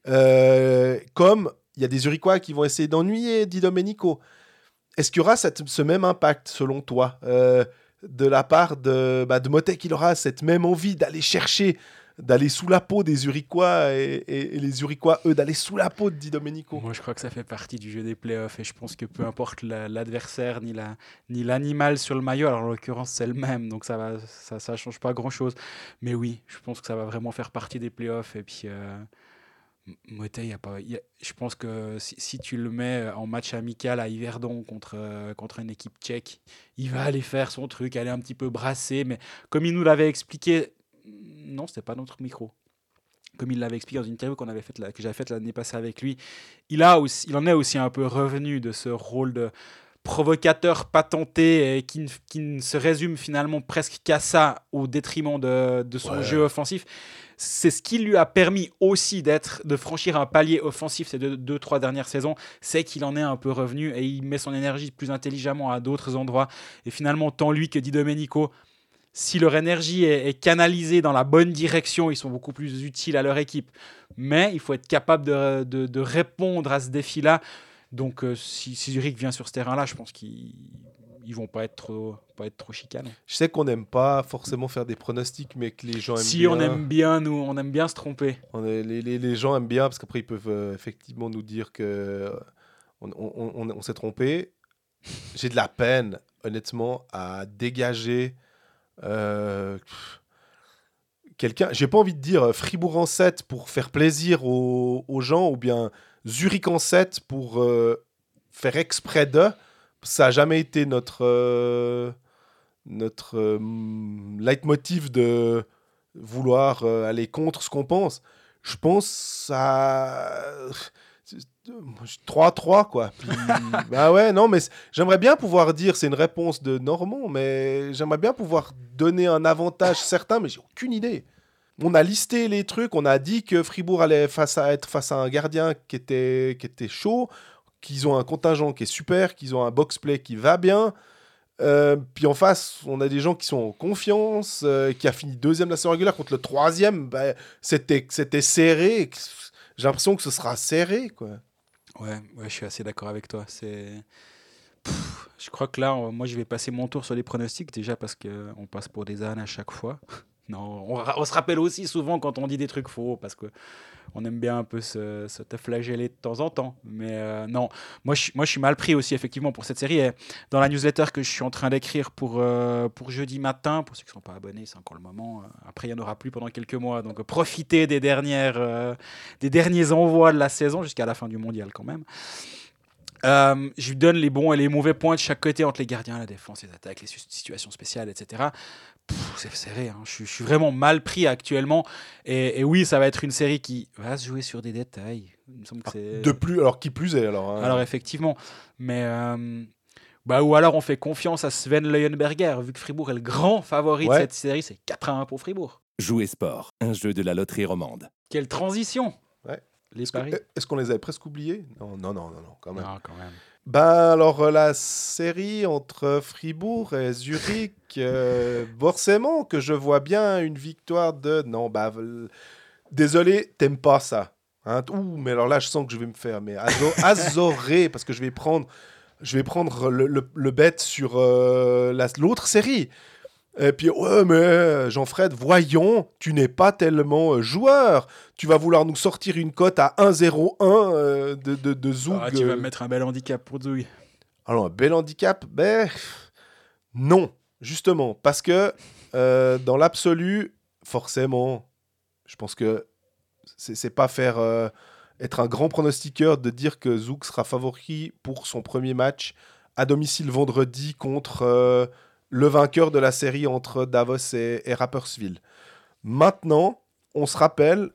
comme il y a des Zurichois qui vont essayer d'ennuyer Di Domenico. Est-ce qu'il y aura ce même impact, selon toi, de la part de Motet, qu'il aura cette même envie d'aller chercher, d'aller sous la peau des Zurichois et les Zurichois, eux, d'aller sous la peau de Di Domenico? Moi, je crois que ça fait partie du jeu des playoffs, et je pense que peu importe l'adversaire ni l'animal sur le maillot, alors en l'occurrence c'est le même, donc ça change pas grand-chose. Mais oui, je pense que ça va vraiment faire partie des playoffs, et puis Motet, je pense que si tu le mets en match amical à Yverdon contre une équipe tchèque, il va aller faire son truc, aller un petit peu brasser, mais comme il nous l'avait expliqué, non, c'était pas notre micro. Comme il l'avait expliqué dans une interview que j'avais faite l'année passée avec lui, il en est aussi un peu revenu de ce rôle de provocateur patenté, et qui ne se résume finalement presque qu'à ça, au détriment de son jeu offensif. C'est ce qui lui a permis aussi de franchir un palier offensif ces 2-3 dernières saisons, c'est qu'il en est un peu revenu, et il met son énergie plus intelligemment à d'autres endroits. Et finalement, tant lui que Di Domenico, si leur énergie est canalisée dans la bonne direction, ils sont beaucoup plus utiles à leur équipe. Mais il faut être capable de répondre à ce défi-là. Donc, si Zurich vient sur ce terrain-là, je pense qu'ils vont pas être trop chicanés. Je sais qu'on n'aime pas forcément faire des pronostics, mais que les gens aiment bien. Si, on aime bien, nous, on aime bien se tromper. Les gens aiment bien, parce qu'après, ils peuvent effectivement nous dire qu'on s'est trompé. J'ai de la peine, honnêtement, à dégager quelqu'un. J'ai pas envie de dire Fribourg en 7 pour faire plaisir aux gens, ou bien Zurich en 7 pour faire exprès d'eux. Ça n'a jamais été notre leitmotiv de vouloir aller contre ce qu'on pense. Je pense à 3-3, quoi. Puis, bah ouais, non, mais j'aimerais bien pouvoir dire, c'est une réponse de Normand, mais j'aimerais bien pouvoir donner un avantage certain, mais j'ai aucune idée. On a listé les trucs, on a dit que Fribourg allait être face à un gardien qui était chaud, qu'ils ont un contingent qui est super, qu'ils ont un box-play qui va bien. Puis en face, on a des gens qui sont en confiance, qui a fini 2e de la saison régulière contre le 3e. C'était serré. J'ai l'impression que ce sera serré, quoi. Ouais, je suis assez d'accord avec toi. Je crois que là, moi, je vais passer mon tour sur les pronostics, déjà parce qu'on passe pour des ânes à chaque fois. Non, on se rappelle aussi souvent quand on dit des trucs faux, parce qu'on aime bien un peu se te flageller de temps en temps. Mais non, moi je suis mal pris aussi, effectivement, pour cette série. Et dans la newsletter que je suis en train d'écrire pour jeudi matin, pour ceux qui ne sont pas abonnés, c'est encore le moment. Après, il n'y en aura plus pendant quelques mois. Donc, profitez des derniers envois de la saison, jusqu'à la fin du mondial quand même. Je lui donne les bons et les mauvais points de chaque côté entre les gardiens, la défense, les attaques, les situations spéciales, etc. C'est serré, hein. Je suis vraiment mal pris actuellement. Et oui, ça va être une série qui va se jouer sur des détails. Il me semble que c'est... Alors, qui plus est, alors. Hein. Alors, effectivement. Mais... ou alors, on fait confiance à Sven Leuenberger, vu que Fribourg est le grand favori de cette série. C'est 4-1 pour Fribourg. Jouer sport, un jeu de la loterie romande. Quelle transition! Ouais. Les paris. Est-ce qu'on les avait presque oubliés ? Non, quand même. Non, quand même. Alors, la série entre Fribourg et Zurich, forcément que je vois bien une victoire de... Non, désolé, t'aimes pas ça. Hein? Mais alors là, je sens que je vais me faire azorer, parce que je vais prendre le bet sur l'autre série. Et puis, ouais, mais Jean-Fred, voyons, tu n'es pas tellement joueur. Tu vas vouloir nous sortir une cote à 1,01 de Zug. Tu vas me mettre un bel handicap pour Zug. Alors, un bel handicap, non, justement. Parce que dans l'absolu, forcément, je pense que c'est pas faire être un grand pronostiqueur de dire que Zug sera favori pour son premier match à domicile vendredi contre... le vainqueur de la série entre Davos et Rapperswil. Maintenant, on se rappelle,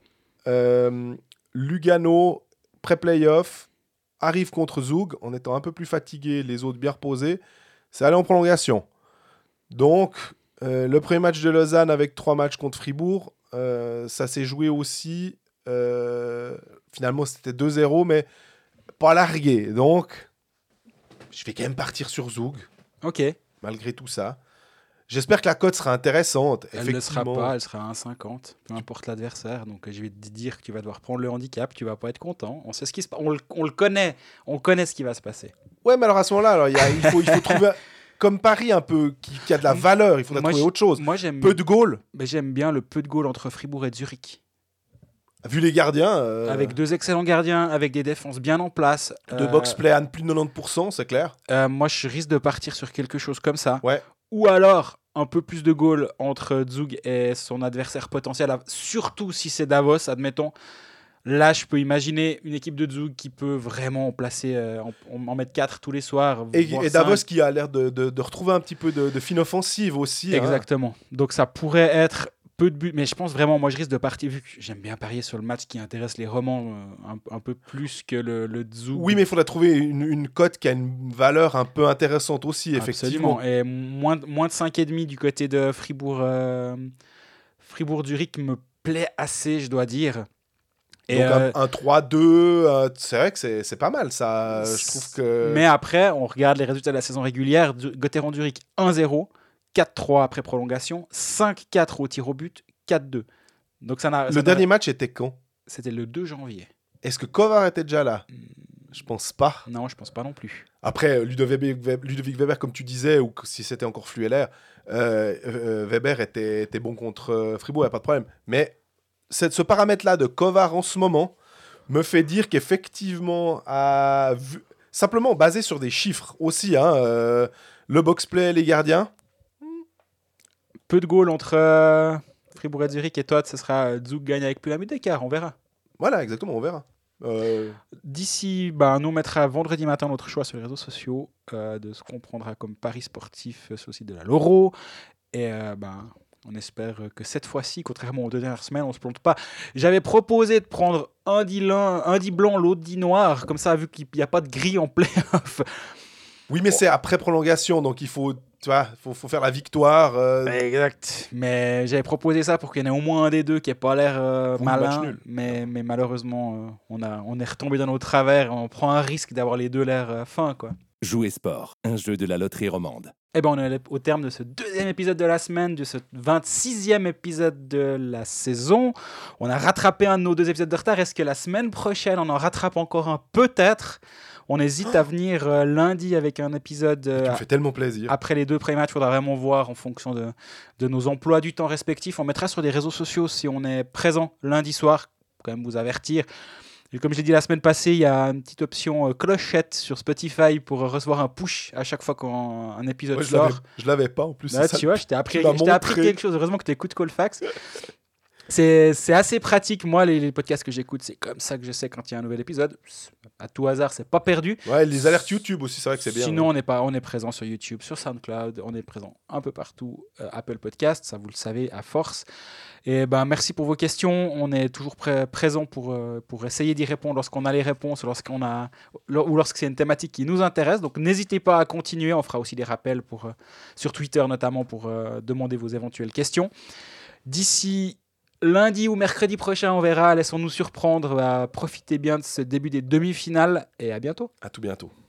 Lugano, pré-playoff, arrive contre Zug en étant un peu plus fatigué, les autres bien reposés. C'est allé en prolongation. Donc, le premier match de Lausanne avec 3 matchs contre Fribourg, ça s'est joué aussi. Finalement, c'était 2-0, mais pas largué. Donc, je vais quand même partir sur Zug. Ok. Malgré tout ça. J'espère que la cote sera intéressante. Elle ne le sera pas, elle sera à 1,50, peu importe l'adversaire. Donc je vais te dire que tu vas devoir prendre le handicap, tu vas pas être content. On sait ce qui se passe, on le connaît, on connaît ce qui va se passer. Ouais, mais alors à ce moment-là, il faut trouver comme Paris un peu qui a de la valeur. Il faudrait trouver autre chose. Moi, j'aime peu de goal. Mais j'aime bien le peu de goal entre Fribourg et Zurich. Vu les gardiens. Avec 2 excellents gardiens, avec des défenses bien en place. De box-play à plus de 90%, c'est clair. Moi, je risque de partir sur quelque chose comme ça. Ouais. Ou alors, un peu plus de goal entre Zug et son adversaire potentiel, surtout si c'est Davos, admettons. Là, je peux imaginer une équipe de Zug qui peut vraiment placer, en mettre 4 tous les soirs. Et Davos qui a l'air de retrouver un petit peu de fine offensive aussi. Exactement. Hein. Donc, ça pourrait être... peu de buts, mais je pense vraiment, moi je risque de partir, vu que j'aime bien parier sur le match qui intéresse les romans un peu plus que le Zug. Oui, mais il faudrait trouver une cote qui a une valeur un peu intéressante aussi, effectivement. Absolument, et moins de 5,5 du côté de Fribourg-Zurich me plaît assez, je dois dire. Et donc un 3-2, c'est vrai que c'est pas mal, ça. Je trouve que... Mais après, on regarde les résultats de la saison régulière, Gotteron-Zurich 1-0, 4-3 après prolongation, 5-4 au tir au but, 4-2. Donc le dernier match était quand ? C'était le 2 janvier. Est-ce que Kovar était déjà là ? Je pense pas. Non, je pense pas non plus. Après, Ludovic Weber, comme tu disais, ou si c'était encore Flueller, Weber était bon contre Fribourg, il n'y a pas de problème. Mais ce paramètre-là de Kovar en ce moment me fait dire qu'effectivement, simplement basé sur des chiffres aussi, le box-play, les gardiens... Peu de goals entre Fribourg et Zurich et toi, ce sera Zug gagne avec plus d'un but d'écart, on verra. Voilà, exactement, on verra. D'ici, nous mettra vendredi matin notre choix sur les réseaux sociaux de ce qu'on prendra comme paris sportif sur le site de la Loro. Et on espère que cette fois-ci, contrairement aux 2 dernières semaines, on ne se plante pas. J'avais proposé de prendre un dit blanc, l'autre dit noir, comme ça, vu qu'il n'y a pas de grille en play-off. Oui, mais c'est après prolongation, donc il faut, tu vois, faut faire la victoire. Exact. Mais j'avais proposé ça pour qu'il y en ait au moins un des deux qui n'ait pas l'air Pour le match malin. nul. Mais malheureusement, on est retombé dans nos travers. On prend un risque d'avoir les deux l'air fins, quoi. Jouer sport, un jeu de la loterie romande. Eh ben, on est au terme de ce 2e épisode de la semaine, de ce 26e épisode de la saison. On a rattrapé un de nos 2 épisodes de retard. Est-ce que la semaine prochaine, on en rattrape encore un? Peut-être. On hésite à venir lundi avec un épisode Tu me fais tellement plaisir. après les 2 pré-matchs. Il faudra vraiment voir en fonction de nos emplois du temps respectifs. On mettra sur les réseaux sociaux si on est présent lundi soir, quand même vous avertir. Et comme je l'ai dit la semaine passée, il y a une petite option clochette sur Spotify pour recevoir un push à chaque fois qu'un épisode Ouais, sort. je l'avais pas en plus. Là, c'est ça. tu vois, je t'ai appris m'as montré. quelque chose. Heureusement que tu écoutes Colfax. C'est assez pratique. Moi, les podcasts que j'écoute, c'est comme ça que je sais quand il y a un nouvel épisode. À tout hasard, c'est pas perdu. Ouais, les alertes YouTube aussi, c'est vrai que c'est bien. Sinon, ouais. on est présent sur YouTube, sur SoundCloud, on est présent un peu partout. Apple Podcast, ça vous le savez à force. Et ben, merci pour vos questions. On est toujours présent pour essayer d'y répondre lorsqu'on a les réponses, ou lorsque c'est une thématique qui nous intéresse. Donc n'hésitez pas à continuer. On fera aussi des rappels sur Twitter notamment pour demander vos éventuelles questions. D'ici lundi ou mercredi prochain, on verra. Laissons-nous surprendre. Profitez bien de ce début des demi-finales et à bientôt. À tout bientôt.